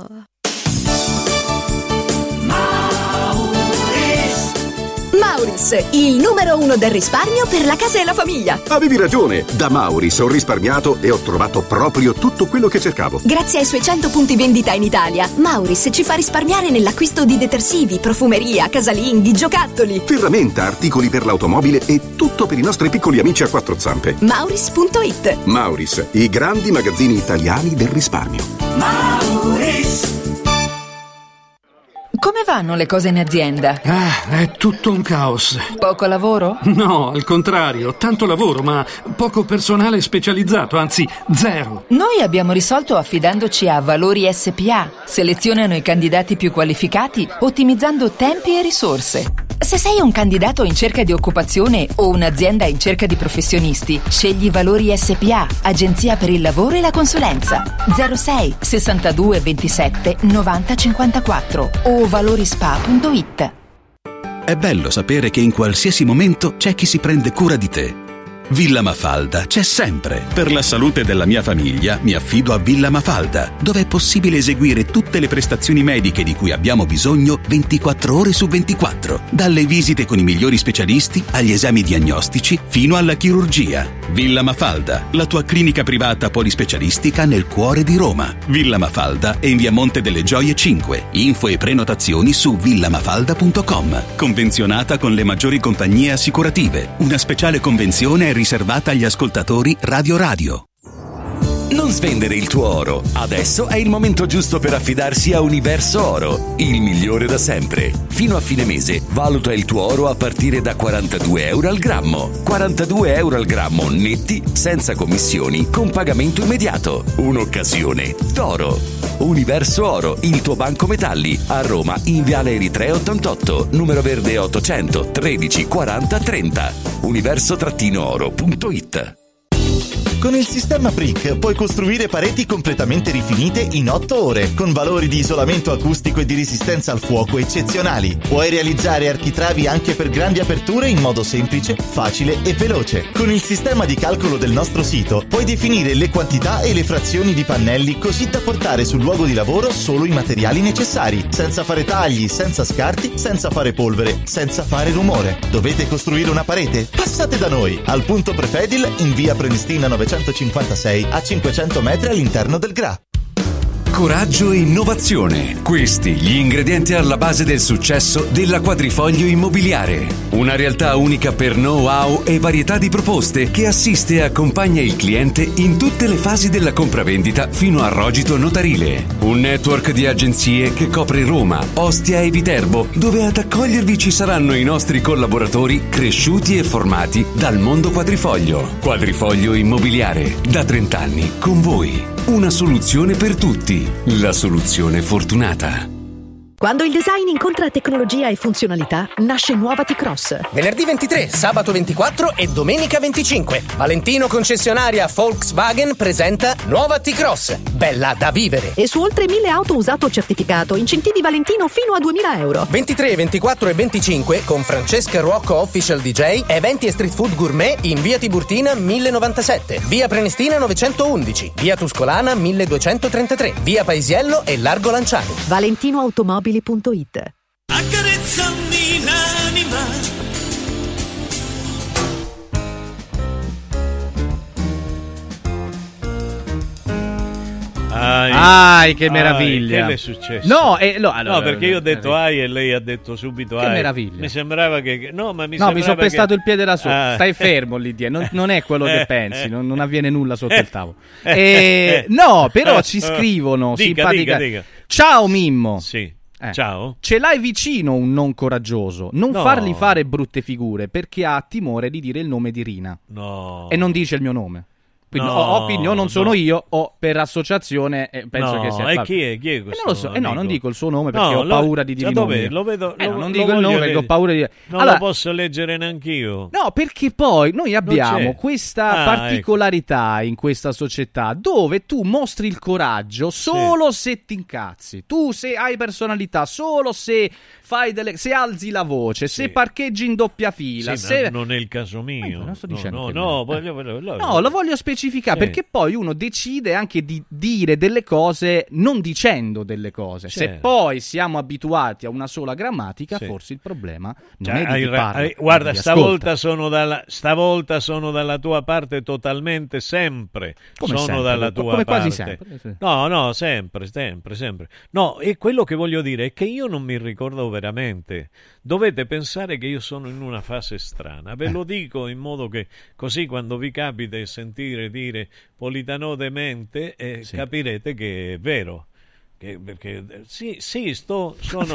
Mauris, il numero 1 del risparmio per la casa e la famiglia. Avevi ragione, da Mauris ho risparmiato e ho trovato proprio tutto quello che cercavo. Grazie ai suoi 100 punti vendita in Italia, Mauris ci fa risparmiare nell'acquisto di detersivi, profumeria, casalinghi, giocattoli, Ferramenta, articoli per l'automobile e tutto per i nostri piccoli amici a quattro zampe. Mauris.it. Mauris, i grandi magazzini italiani del risparmio. Mauris. Come vanno le cose in azienda? È tutto un caos. Poco lavoro? No, al contrario, tanto lavoro, ma poco personale specializzato, anzi, zero. Noi abbiamo risolto affidandoci a Valori SPA. Selezionano i candidati più qualificati, ottimizzando tempi e risorse. Se sei un candidato in cerca di occupazione o un'azienda in cerca di professionisti, scegli Valori SPA, agenzia per il lavoro e la consulenza. 06 62 27 90 54 o valorispa.it. È bello sapere che in qualsiasi momento c'è chi si prende cura di te. Villa Mafalda c'è sempre. Per la salute della mia famiglia mi affido a Villa Mafalda, dove è possibile eseguire tutte le prestazioni mediche di cui abbiamo bisogno 24 ore su 24. Dalle visite con i migliori specialisti agli esami diagnostici fino alla chirurgia. Villa Mafalda, la tua clinica privata polispecialistica nel cuore di Roma. Villa Mafalda è in via Monte delle Gioie 5. Info e prenotazioni su villamafalda.com. Convenzionata con le maggiori compagnie assicurative. Una speciale convenzione è riservata agli ascoltatori Radio. Non svendere il tuo oro. Adesso è il momento giusto per affidarsi a Universo Oro, il migliore da sempre. Fino a fine mese valuta il tuo oro a partire da €42 al grammo. €42 al grammo netti, senza commissioni, con pagamento immediato. Un'occasione d'oro. Universo Oro, il tuo banco metalli, a Roma in Viale Eritrea 88, numero verde 800 13 40 30. universo-oro.it. Con il sistema Brick puoi costruire pareti completamente rifinite in 8 ore, con valori di isolamento acustico e di resistenza al fuoco eccezionali. Puoi realizzare architravi anche per grandi aperture in modo semplice, facile e veloce. Con il sistema di calcolo del nostro sito puoi definire le quantità e le frazioni di pannelli così da portare sul luogo di lavoro solo i materiali necessari, senza fare tagli, senza scarti, senza fare polvere, senza fare rumore. Dovete costruire una parete? Passate da noi, al punto Prefedil in via Prenestina 956 a 500 metri all'interno del GRA. Coraggio e innovazione. Questi gli ingredienti alla base del successo della Quadrifoglio Immobiliare. Una realtà unica per know-how e varietà di proposte che assiste e accompagna il cliente in tutte le fasi della compravendita fino al rogito notarile. Un network di agenzie che copre Roma, Ostia e Viterbo, dove ad accogliervi ci saranno i nostri collaboratori cresciuti e formati dal mondo Quadrifoglio. Quadrifoglio Immobiliare, da 30 anni con voi. Una soluzione per tutti. La soluzione fortunata. Quando il design incontra tecnologia e funzionalità, nasce nuova T-Cross. Venerdì 23, sabato 24 e domenica 25. Valentino concessionaria Volkswagen presenta nuova T-Cross. Bella da vivere. E su oltre 1000 auto usato certificato, incentivi Valentino fino a €2000. 23, 24 e 25 con Francesca Ruocco Official DJ, eventi e street food gourmet in via Tiburtina 1097, via Prenestina 911, via Tuscolana 1233, via Paesiello e Largo Lanciani. ValentinoAutomobili.it. Accarezzami l'anima. Che meraviglia. Che le è successo? No, perché io ho detto ai e lei ha detto subito ai. Che meraviglia. Mi sembrava che mi sono pestato il piede da sotto. Stai fermo, Lidia, non è quello che pensi, non avviene nulla sotto il tavolo. No, però ci scrivono simpatica. Dica. Ciao Mimmo. Sì. Ciao. Ce l'hai vicino un non coraggioso. Non fargli fare brutte figure perché ha timore di dire il nome di Rina. No. E non dice il mio nome. Quindi, quindi o non sono io o per associazione penso che sia. E chi è questo? Non lo so, non dico il suo nome perché ho paura di dire il nome. Lo vedo, non dico il nome perché ho paura di dire. Non lo posso leggere neanch'io. No, perché poi noi abbiamo questa particolarità in questa società dove tu mostri il coraggio solo se ti incazzi. Tu se hai personalità, solo se fai se alzi la voce, se parcheggi in doppia fila. Se... Non è il caso mio. Non sto dicendo lo voglio specificare perché poi uno decide anche di dire delle cose non dicendo delle cose. Se poi siamo abituati a una sola grammatica, forse il problema non è di chi parla. Guarda, stavolta sono dalla tua parte totalmente, sempre. Come sono sempre? Dalla tua come parte. Quasi sempre. Sì. No, sempre. No, e quello che voglio dire è che io non mi ricordo veramente. Dovete pensare che io sono in una fase strana. Ve lo dico in modo che così quando vi capita sentire dire Politano demente capirete che è vero. Perché sono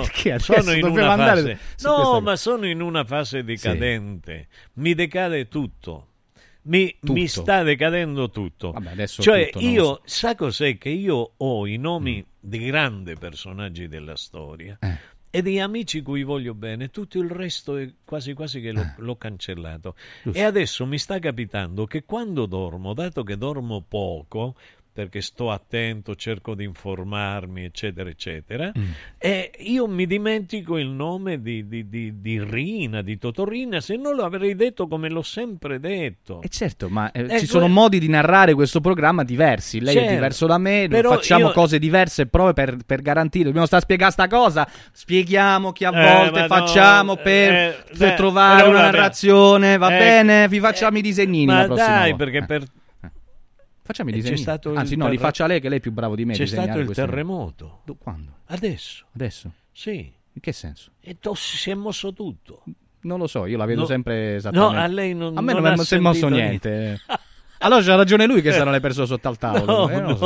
in una fase. No, ma sono in una fase decadente. Mi decade tutto. Mi sta decadendo tutto. Vabbè, adesso cioè tutto, io sa cos'è che io ho i nomi di grandi personaggi della storia e di amici cui voglio bene, tutto il resto è quasi che l'ho cancellato. Giusto. E adesso mi sta capitando che quando dormo, dato che dormo poco perché sto attento, cerco di informarmi, eccetera, eccetera, e io mi dimentico il nome di Rina, di Totorina, se non lo avrei detto come l'ho sempre detto. E certo, ma ci sono modi di narrare questo programma diversi. Lei è diverso da me, facciamo cose diverse proprio per garantire. Dobbiamo stare a spiegare sta cosa. Spieghiamo che a volte facciamo per trovare una narrazione, va bene? Vi facciamo i disegnini la prossima volta. Perché per... Facciamo i disegni. Anzi, li faccia lei, che lei è più bravo di me. C'è stato il terremoto. Quando? Adesso? Sì. In che senso? E si è mosso tutto. Non lo so, io la vedo sempre esattamente. No, a lei non. A me non si è mosso niente. Allora c'ha ragione lui che saranno le persone sotto al tavolo.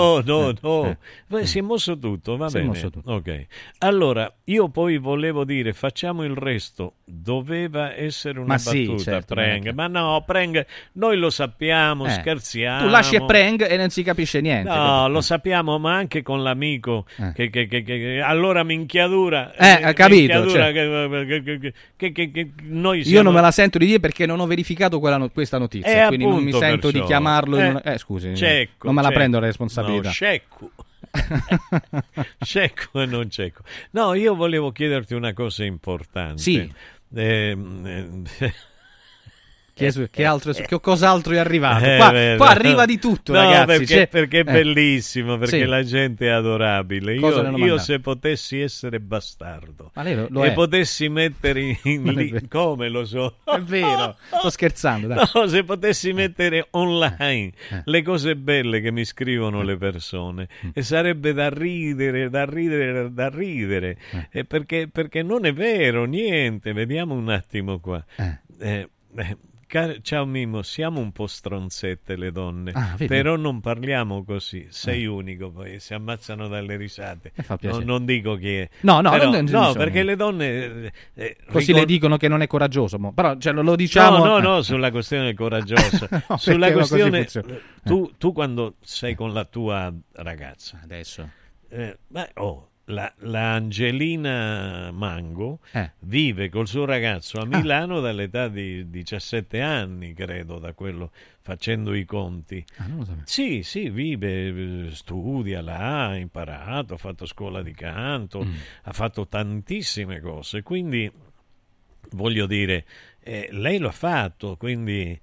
No. Si è mosso tutto, va bene. Ok. Allora, io poi volevo dire, facciamo il resto. Doveva essere una battuta, certo, Preng. Ma no, Preng, noi lo sappiamo, scherziamo. Tu lasci Preng e non si capisce niente. No, lo sappiamo, ma anche con l'amico che allora minchiadura. Ha capito. Minchiadura, che noi siamo... Io non me la sento di dire perché non ho verificato questa notizia, quindi non mi sento di chiamarlo. Scusi, cecco, non me la prendo la responsabilità. No, cecco e non cecco. No, io volevo chiederti una cosa importante. Sì. Che cos'altro è arrivato? Qua arriva di tutto, ragazzi. Perché è bellissimo, perché la gente è adorabile. Io se potessi essere bastardo e potessi mettere come lo so. È vero, sto scherzando. Dai. No, se potessi mettere online le cose belle che mi scrivono le persone, e sarebbe da ridere, perché non è vero niente. Vediamo un attimo qua. Ciao Mimo, siamo un po' stronzette le donne, però non parliamo così, sei unico, poi si ammazzano dalle risate. Non dico chi è. No, perché le donne così le dicono che non è coraggioso, però lo diciamo. No, sulla questione coraggiosa. Sulla questione tu quando sei con la tua ragazza adesso la Angelina Mango vive col suo ragazzo a Milano dall'età di 17 anni, credo, da quello, facendo i conti. Non lo sapevo. Sì, vive, studia là, ha imparato, ha fatto scuola di canto, ha fatto tantissime cose, quindi voglio dire, lei lo ha fatto, quindi...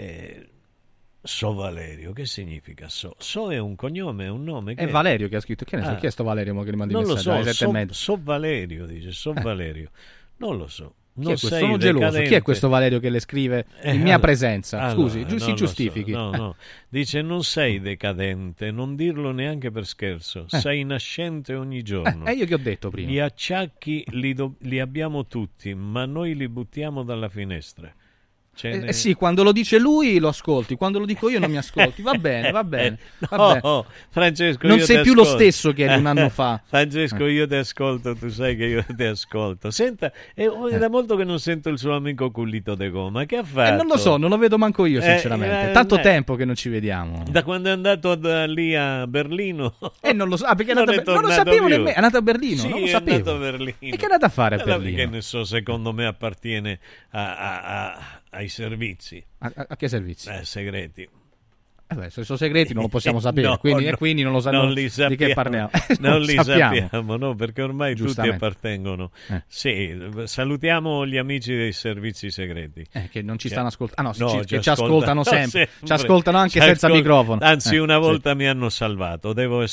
So Valerio, che significa So? So è un cognome, è un nome. È Valerio che ha scritto. Che ne so, chi è sto Valerio che manda non messaggio alle 7:30? So Valerio, dice So Valerio. Non lo so. Sono geloso. Chi è questo Valerio che le scrive in mia presenza? Scusi, si giustifichi. No. Dice non sei decadente, non dirlo neanche per scherzo. Sei nascente ogni giorno. Io che ho detto prima. Gli acciacchi li abbiamo tutti, ma noi li buttiamo dalla finestra. Sì, quando lo dice lui lo ascolti, quando lo dico io non mi ascolti. Va bene, va bene. Va bene. Francesco, non io sei ti più lo ascolto. stesso che eri un anno fa. Francesco, io ti ascolto, tu sai che io ti ascolto. Senta, è da molto che non sento il suo amico Cullito De Goma. Che ha fatto? Non lo so, non lo vedo manco io, sinceramente. Tanto tempo che non ci vediamo. Da quando è andato lì a Berlino? Non lo so, perché non lo sapevo nemmeno. È andato a Berlino, sì, non lo sapevo. È andato a Berlino. E che è andato a fare a Berlino? Che ne so, secondo me appartiene ai servizi. A che servizi? Segreti. Se sono segreti non lo possiamo sapere, quindi non lo sanno di che parliamo. Non li sappiamo, no, perché ormai tutti appartengono. Sì, salutiamo gli amici dei servizi segreti. Che non ci stanno ascoltando. Che ci ascoltano sempre. Ci ascoltano anche senza microfono. Anzi, una volta mi hanno salvato. Devo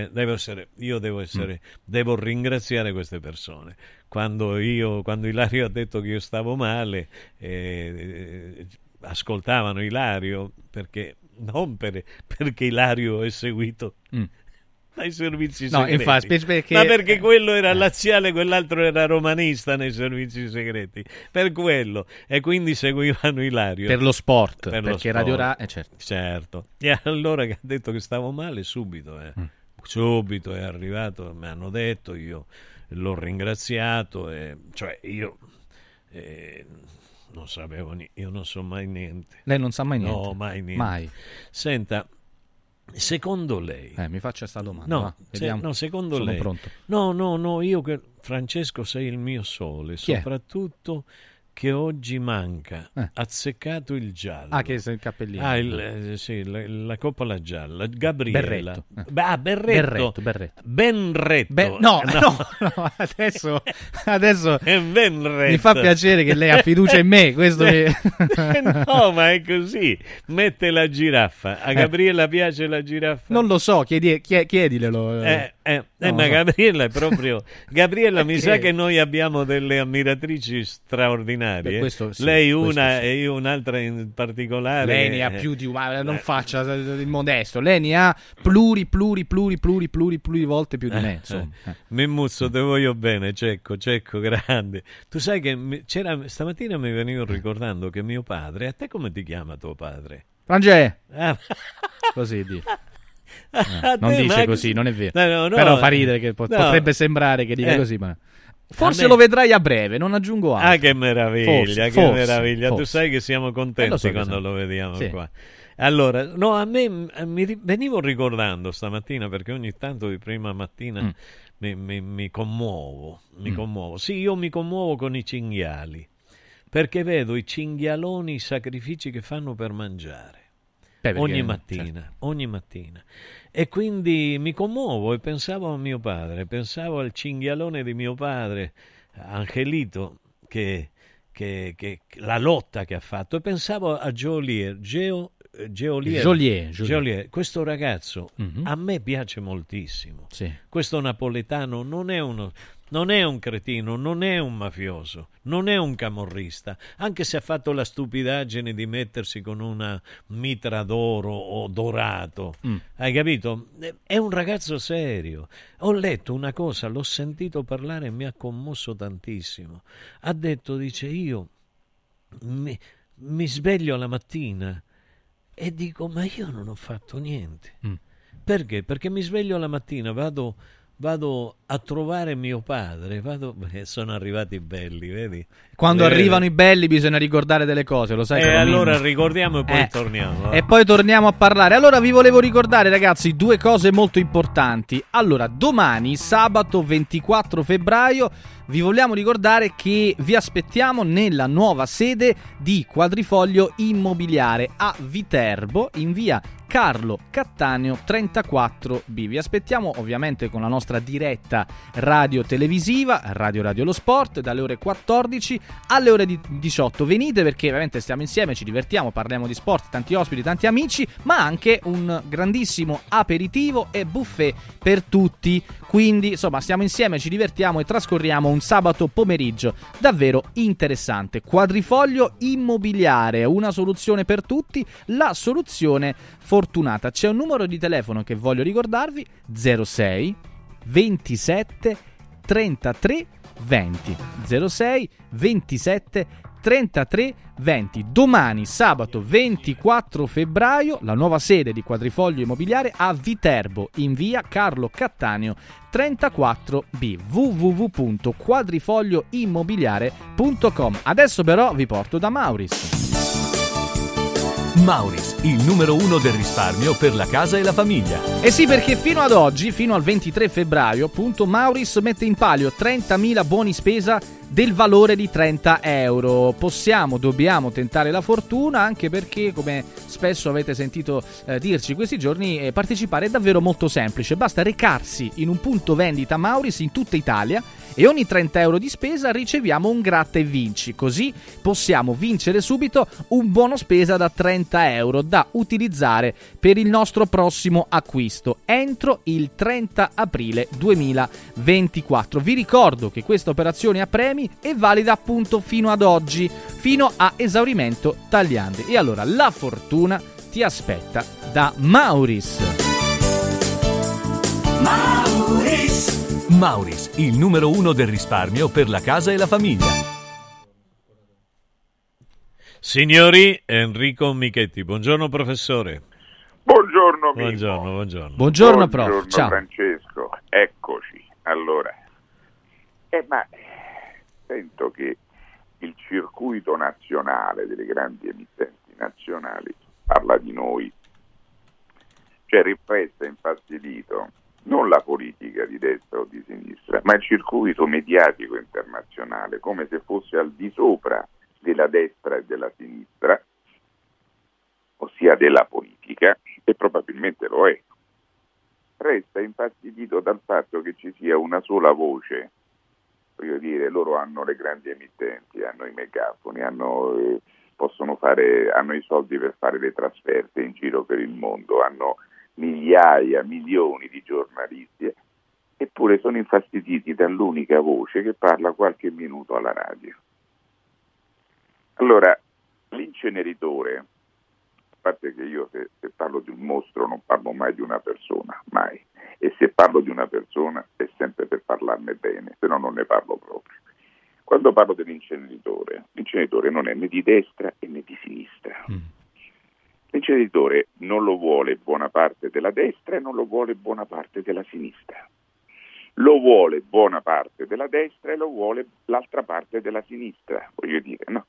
ringraziare queste persone. Quando Ilario ha detto che io stavo male, ascoltavano Ilario non perché Ilario è seguito dai servizi segreti, ma perché quello era laziale, quell'altro era romanista nei servizi segreti, per quello, e quindi seguivano Ilario per lo sport, perché lo sport. Radio Ra, certo. E allora che ha detto che stavo male subito è arrivato, mi hanno detto, io l'ho ringraziato, cioè io non sapevo io non so mai niente. Lei non sa mai niente? No, mai niente. Mai. Senta, secondo lei... mi faccia questa domanda. Secondo sono lei... pronto. No, Francesco, sei il mio sole, soprattutto che oggi manca, azzeccato il giallo. Che è il cappellino. La coppola gialla. Gabriella. Berretto. Benretto. No, adesso mi fa piacere che lei ha fiducia in me. Questo no, ma è così. Mette la giraffa. A Gabriella piace la giraffa? Non lo so, chiedilelo. Ma Gabriella è proprio... Gabriella, mi sa che noi abbiamo delle ammiratrici straordinarie. Lei una e io un'altra in particolare. Lei ne ha più di una, non faccia il modesto. Lei ne ha pluri volte più di me. Mimmuzzo, te voglio bene, Cecco, grande. Tu sai che stamattina mi venivo ricordando che mio padre... A te come ti chiama tuo padre? Frangè. Così dico. Non dice così, non è vero. No, però fa ridere che potrebbe sembrare che dica così, ma forse lo vedrai a breve, non aggiungo altro. Che meraviglia, meraviglia. Forse. Tu sai che siamo contenti quando lo vediamo qua. Allora, a me mi venivo ricordando stamattina, perché ogni tanto di prima mattina mi commuovo. Sì, io mi commuovo con i cinghiali, perché vedo i cinghialoni, i sacrifici che fanno per mangiare. Ogni mattina. E quindi mi commuovo e pensavo a mio padre, pensavo al cinghialone di mio padre, Angelito, che la lotta che ha fatto, e pensavo a Geolier, questo ragazzo a me piace moltissimo. Questo napoletano non è un cretino, non è un mafioso, non è un camorrista, anche se ha fatto la stupidaggine di mettersi con una mitra d'oro o dorato. Hai capito? È un ragazzo serio. Ho letto una cosa, l'ho sentito parlare e mi ha commosso tantissimo. Ha detto, io mi sveglio la mattina e dico, ma io non ho fatto niente. Perché? Perché mi sveglio la mattina, vado a trovare mio padre, sono arrivati i belli, vedi? Quando arrivano i belli bisogna ricordare delle cose, lo sai? E allora ricordiamo e poi torniamo. E poi torniamo a parlare. Allora vi volevo ricordare, ragazzi, due cose molto importanti. Allora, domani, sabato 24 febbraio, vi vogliamo ricordare che vi aspettiamo nella nuova sede di Quadrifoglio Immobiliare a Viterbo, in via Carlo Cattaneo 34B. Vi aspettiamo ovviamente con la nostra diretta radio-televisiva, Radio Lo Sport, dalle ore 14 alle ore 18. Venite perché ovviamente stiamo insieme, ci divertiamo, parliamo di sport, tanti ospiti, tanti amici, ma anche un grandissimo aperitivo e buffet per tutti. Quindi, insomma, stiamo insieme, ci divertiamo e trascorriamo un sabato pomeriggio davvero interessante. Quadrifoglio Immobiliare, una soluzione per tutti, la soluzione fortunata. C'è un numero di telefono che voglio ricordarvi: 06 27 33 20. 06 27 33 20. Domani, sabato 24 febbraio, la nuova sede di Quadrifoglio Immobiliare a Viterbo, in via Carlo Cattaneo 34B, www.quadrifoglioimmobiliare.com. Adesso però vi porto da Mauris. Mauris, il numero 1 del risparmio per la casa e la famiglia. Eh sì, perché fino ad oggi, fino al 23 febbraio, appunto, Mauris mette in palio 30.000 buoni spesa del valore di 30 euro. Dobbiamo tentare la fortuna, anche perché, come spesso avete sentito dirci questi giorni, partecipare è davvero molto semplice. Basta recarsi in un punto vendita Mauris in tutta Italia e ogni 30 euro di spesa riceviamo un gratta e vinci. Così possiamo vincere subito un buono spesa da 30 euro da utilizzare per il nostro prossimo acquisto entro il 30 aprile 2024. Vi ricordo che questa operazione a premi è valida appunto fino ad oggi, fino a esaurimento tagliandi. E allora la fortuna ti aspetta da Mauris. Mauris, il numero 1 del risparmio per la casa e la famiglia. Signori, Enrico Michetti. Buongiorno professore. Buongiorno Mimmo. Buongiorno prof. Buongiorno Ciao. Francesco, eccoci. Allora, ma sento che il circuito nazionale delle grandi emittenti nazionali parla di noi, cioè resta infastidito non la politica di destra o di sinistra, ma il circuito mediatico internazionale, come se fosse al di sopra della destra e della sinistra, ossia della politica, e probabilmente lo è. Resta infastidito dal fatto che ci sia una sola voce. Voglio dire, loro hanno le grandi emittenti, hanno i megafoni, hanno i soldi per fare le trasferte in giro per il mondo, hanno migliaia, milioni di giornalisti, eppure sono infastiditi dall'unica voce che parla qualche minuto alla radio. Allora, l'inceneritore, a parte che io se parlo di un mostro non parlo mai di una persona, mai, e se parlo di una persona è sempre per parlarne bene, se no non ne parlo proprio. Quando parlo dell'inceneritore, l'inceneritore non è né di destra né di sinistra. L'inceneritore non lo vuole buona parte della destra e non lo vuole buona parte della sinistra. Lo vuole buona parte della destra e lo vuole l'altra parte della sinistra, voglio dire, no?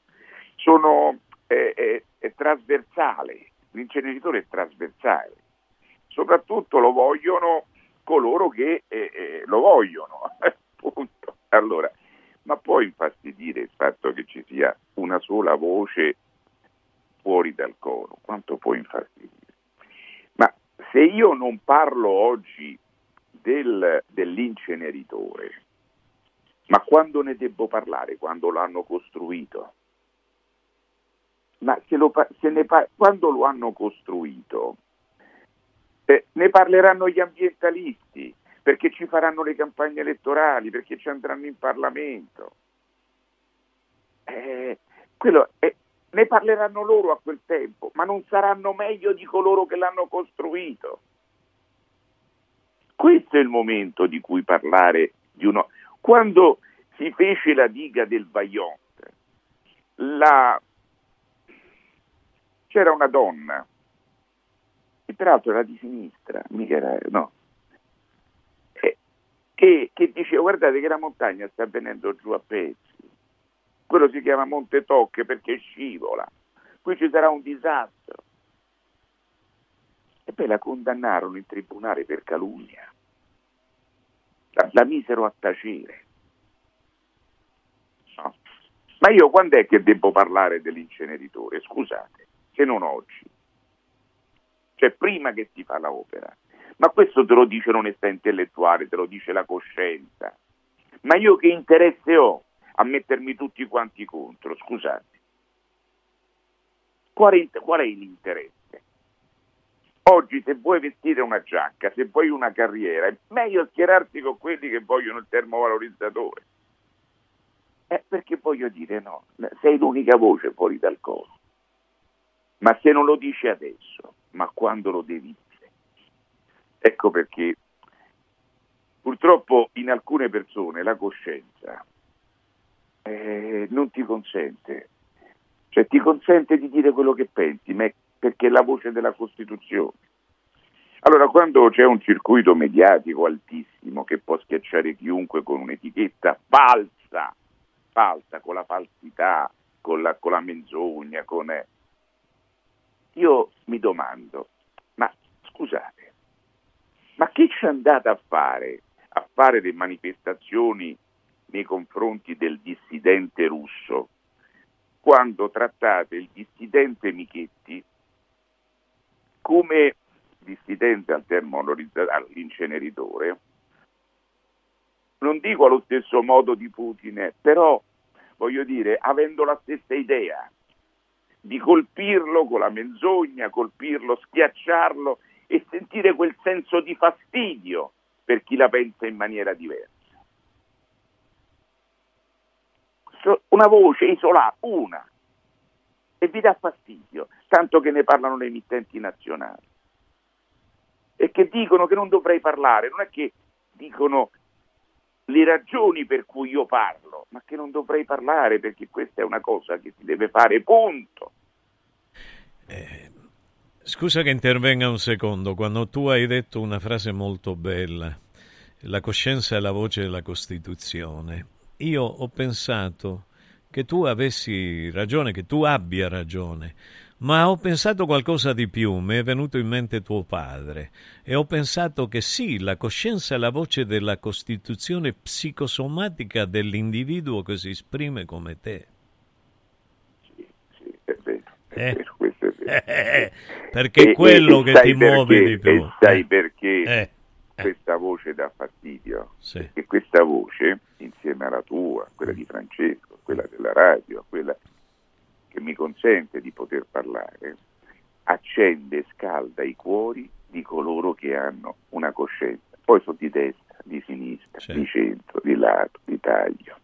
È trasversale, l'inceneritore è trasversale. Soprattutto lo vogliono coloro che lo vogliono, appunto. Allora, ma può infastidire il fatto che ci sia una sola voce fuori dal coro? Quanto può infastidire? Ma se io non parlo oggi dell'inceneritore, ma quando ne devo parlare? Quando l'hanno costruito? Ma quando lo hanno costruito ne parleranno gli ambientalisti, perché ci faranno le campagne elettorali, perché ci andranno in Parlamento. Ne parleranno loro a quel tempo, ma non saranno meglio di coloro che l'hanno costruito. Questo è il momento di cui parlare di uno. Quando si fece la diga del Vajont, c'era una donna, e peraltro era di sinistra, mica era, no, che diceva: guardate che la montagna sta venendo giù a pezzi, quello si chiama Monte Tocche perché scivola, qui ci sarà un disastro. E poi la condannarono in tribunale per calunnia, la misero a tacere. No. Ma io quando è che devo parlare dell'inceneritore? Scusate, se non oggi, cioè prima che si fa l'opera. Ma questo te lo dice l'onestà intellettuale, te lo dice la coscienza. Ma io che interesse ho a mettermi tutti quanti contro? Scusate, qual è l'interesse? Oggi se vuoi vestire una giacca, se vuoi una carriera, è meglio schierarsi con quelli che vogliono il termovalorizzatore. Perché voglio dire, no, sei l'unica voce fuori dal coro. Ma se non lo dici adesso, ma quando lo devi dire? Ecco perché purtroppo in alcune persone la coscienza non ti consente cioè ti consente di dire quello che pensi, perché è la voce della Costituzione. Allora, quando c'è un circuito mediatico altissimo che può schiacciare chiunque con un'etichetta falsa, con la falsità, con la menzogna, io mi domando, ma scusate, ma che ci andate a fare le manifestazioni nei confronti del dissidente russo quando trattate il dissidente Michetti come dissidente all'inceneritore, non dico allo stesso modo di Putin, però voglio dire, avendo la stessa idea di colpirlo con la menzogna, colpirlo, schiacciarlo e sentire quel senso di fastidio per chi la pensa in maniera diversa. Una voce isolata, una, e vi dà fastidio, tanto che ne parlano le emittenti nazionali e che dicono che non dovrei parlare, non è che dicono le ragioni per cui io parlo, ma che non dovrei parlare perché questa è una cosa che si deve fare, punto. Scusa che intervenga un secondo, quando tu hai detto una frase molto bella, la coscienza è la voce della Costituzione, io ho pensato che tu avessi ragione, che tu abbia ragione, ma ho pensato qualcosa di più, mi è venuto in mente tuo padre e ho pensato che sì, la coscienza è la voce della costituzione psicosomatica dell'individuo che si esprime come te. Sì, è vero, questo è vero. Perché è quello che ti muove di più. E sai perché questa voce dà fastidio? Sì. Perché questa voce, insieme alla tua, quella di Francesco, quella della radio, quella che mi consente di poter parlare, accende e scalda i cuori di coloro che hanno una coscienza. Poi sono di destra, di sinistra, di centro, di lato, di taglio.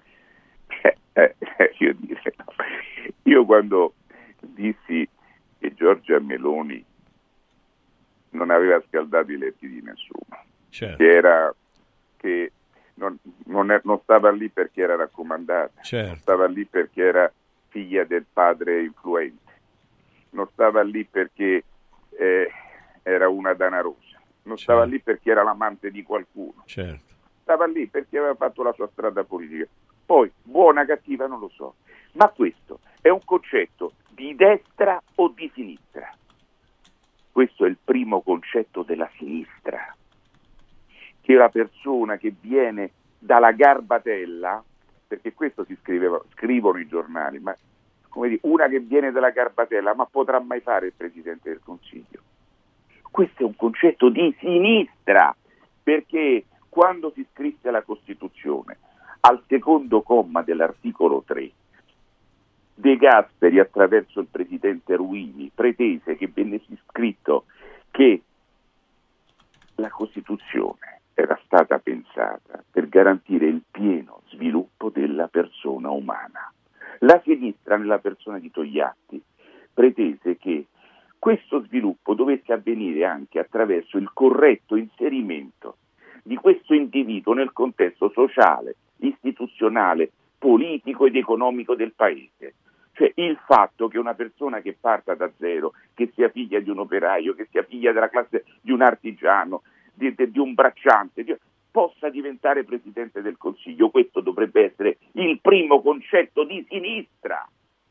Io quando dissi che Giorgia Meloni non aveva scaldato i letti di nessuno, che non stava lì perché era raccomandata, non stava lì perché era figlia del padre influente, non stava lì perché era una dana rosa, non stava lì perché era l'amante di qualcuno, stava lì perché aveva fatto la sua strada politica. Poi, buona cattiva non lo so, ma questo è un concetto di destra o di sinistra? Questo è il primo concetto della sinistra, che la persona che viene dalla garbatella, perché questo scrivono i giornali, ma come dire, una che viene dalla garbatella, ma potrà mai fare il Presidente del Consiglio? Questo è un concetto di sinistra, perché quando si scrisse la Costituzione, al secondo comma dell'articolo 3, De Gasperi, attraverso il presidente Ruini, pretese che venisse scritto che la Costituzione era stata pensata per garantire il pieno sviluppo della persona umana. La sinistra, nella persona di Togliatti, pretese che questo sviluppo dovesse avvenire anche attraverso il corretto inserimento di questo individuo nel contesto sociale, istituzionale, politico ed economico del paese. Cioè il fatto che una persona che parta da zero, che sia figlia di un operaio, che sia figlia della classe di un artigiano, di un bracciante, possa diventare Presidente del Consiglio. Questo dovrebbe essere il primo concetto di sinistra.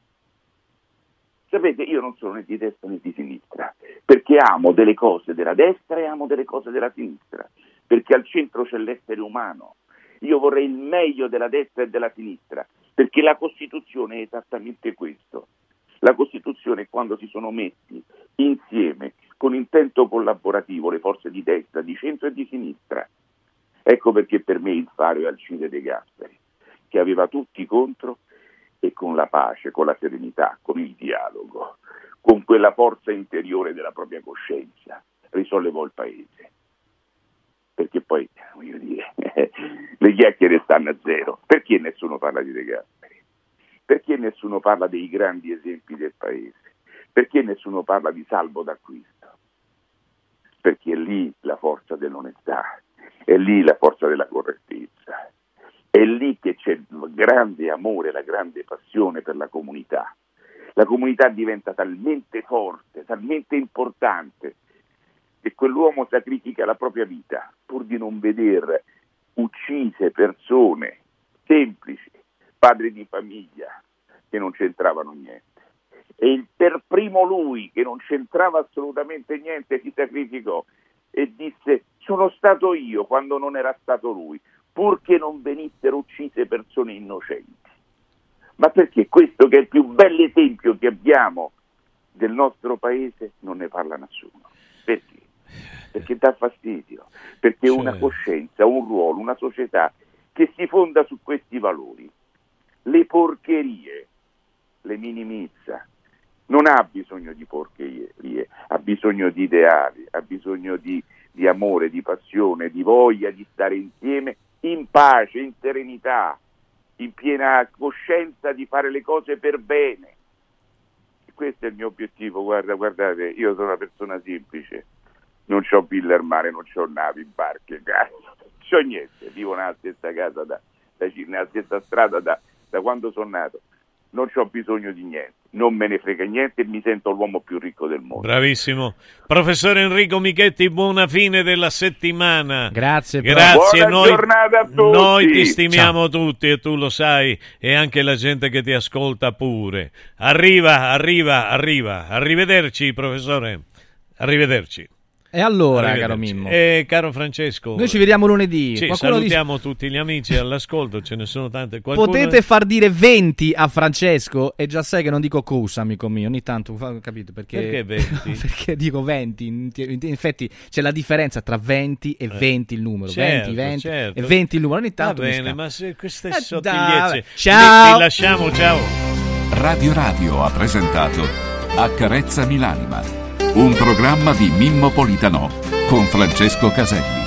Sapete, io non sono né di destra né di sinistra, perché amo delle cose della destra e amo delle cose della sinistra, perché al centro c'è l'essere umano. Io vorrei il meglio della destra e della sinistra, perché la Costituzione è esattamente questo. La Costituzione è quando si sono messi insieme con intento collaborativo le forze di destra, di centro e di sinistra. Ecco perché per me il faro è Alcide De Gasperi, che aveva tutti contro e con la pace, con la serenità, con il dialogo, con quella forza interiore della propria coscienza, risollevò il paese. Perché poi, voglio dire, le chiacchiere stanno a zero. Perché nessuno parla di De Gasperi? Perché nessuno parla dei grandi esempi del paese? Perché nessuno parla di Salvo d'Acquisto? Perché è lì la forza dell'onestà, è lì la forza della correttezza, è lì che c'è il grande amore, la grande passione per la comunità, La comunità diventa talmente forte, talmente importante, che quell'uomo sacrifica la propria vita pur di non veder uccise persone semplici, padri di famiglia, che non c'entravano niente. E per primo lui, che non c'entrava assolutamente niente, si sacrificò e disse: sono stato io quando non era stato lui, purché non venissero uccise persone innocenti. Ma perché questo, che è il più bel esempio che abbiamo del nostro paese, non ne parla nessuno? Perché? Perché dà fastidio, perché una coscienza, un ruolo, una società che si fonda su questi valori, le porcherie le minimizza. Non ha bisogno di porcherie, ha bisogno di ideali, ha bisogno di amore, di passione, di voglia di stare insieme in pace, in serenità, in piena coscienza di fare le cose per bene. Questo è il mio obiettivo. Guardate, io sono una persona semplice, non c'ho villa al mare, non c'ho navi, barche, case, non c'ho niente, vivo nella stessa casa, nella stessa strada da quando sono nato. Non c'ho bisogno di niente, non me ne frega niente e mi sento l'uomo più ricco del mondo. Bravissimo. Professore Enrico Michetti, buona fine della settimana. Grazie. Grazie. Buona giornata a tutti. Noi ti stimiamo tutti e tu lo sai, e anche la gente che ti ascolta pure. Arriva. Arrivederci, professore. Arrivederci. E allora, caro Mimmo, caro Francesco, noi ci vediamo lunedì. Sì, salutiamo tutti gli amici all'ascolto, ce ne sono tante. Potete far dire 20 a Francesco e già sai che non dico cosa, amico mio. Ogni tanto, capito? Perché 20? Perché dico 20. In effetti c'è la differenza tra 20 e 20 il numero. Certo, 20 certo. e 20 il numero. Ogni tanto va bene, ma se queste sottigliezze. Ciao. Li lasciamo, ciao. Radio ha presentato Accarezza Milanima, un programma di Mimmo Politano con Francesco Caselli.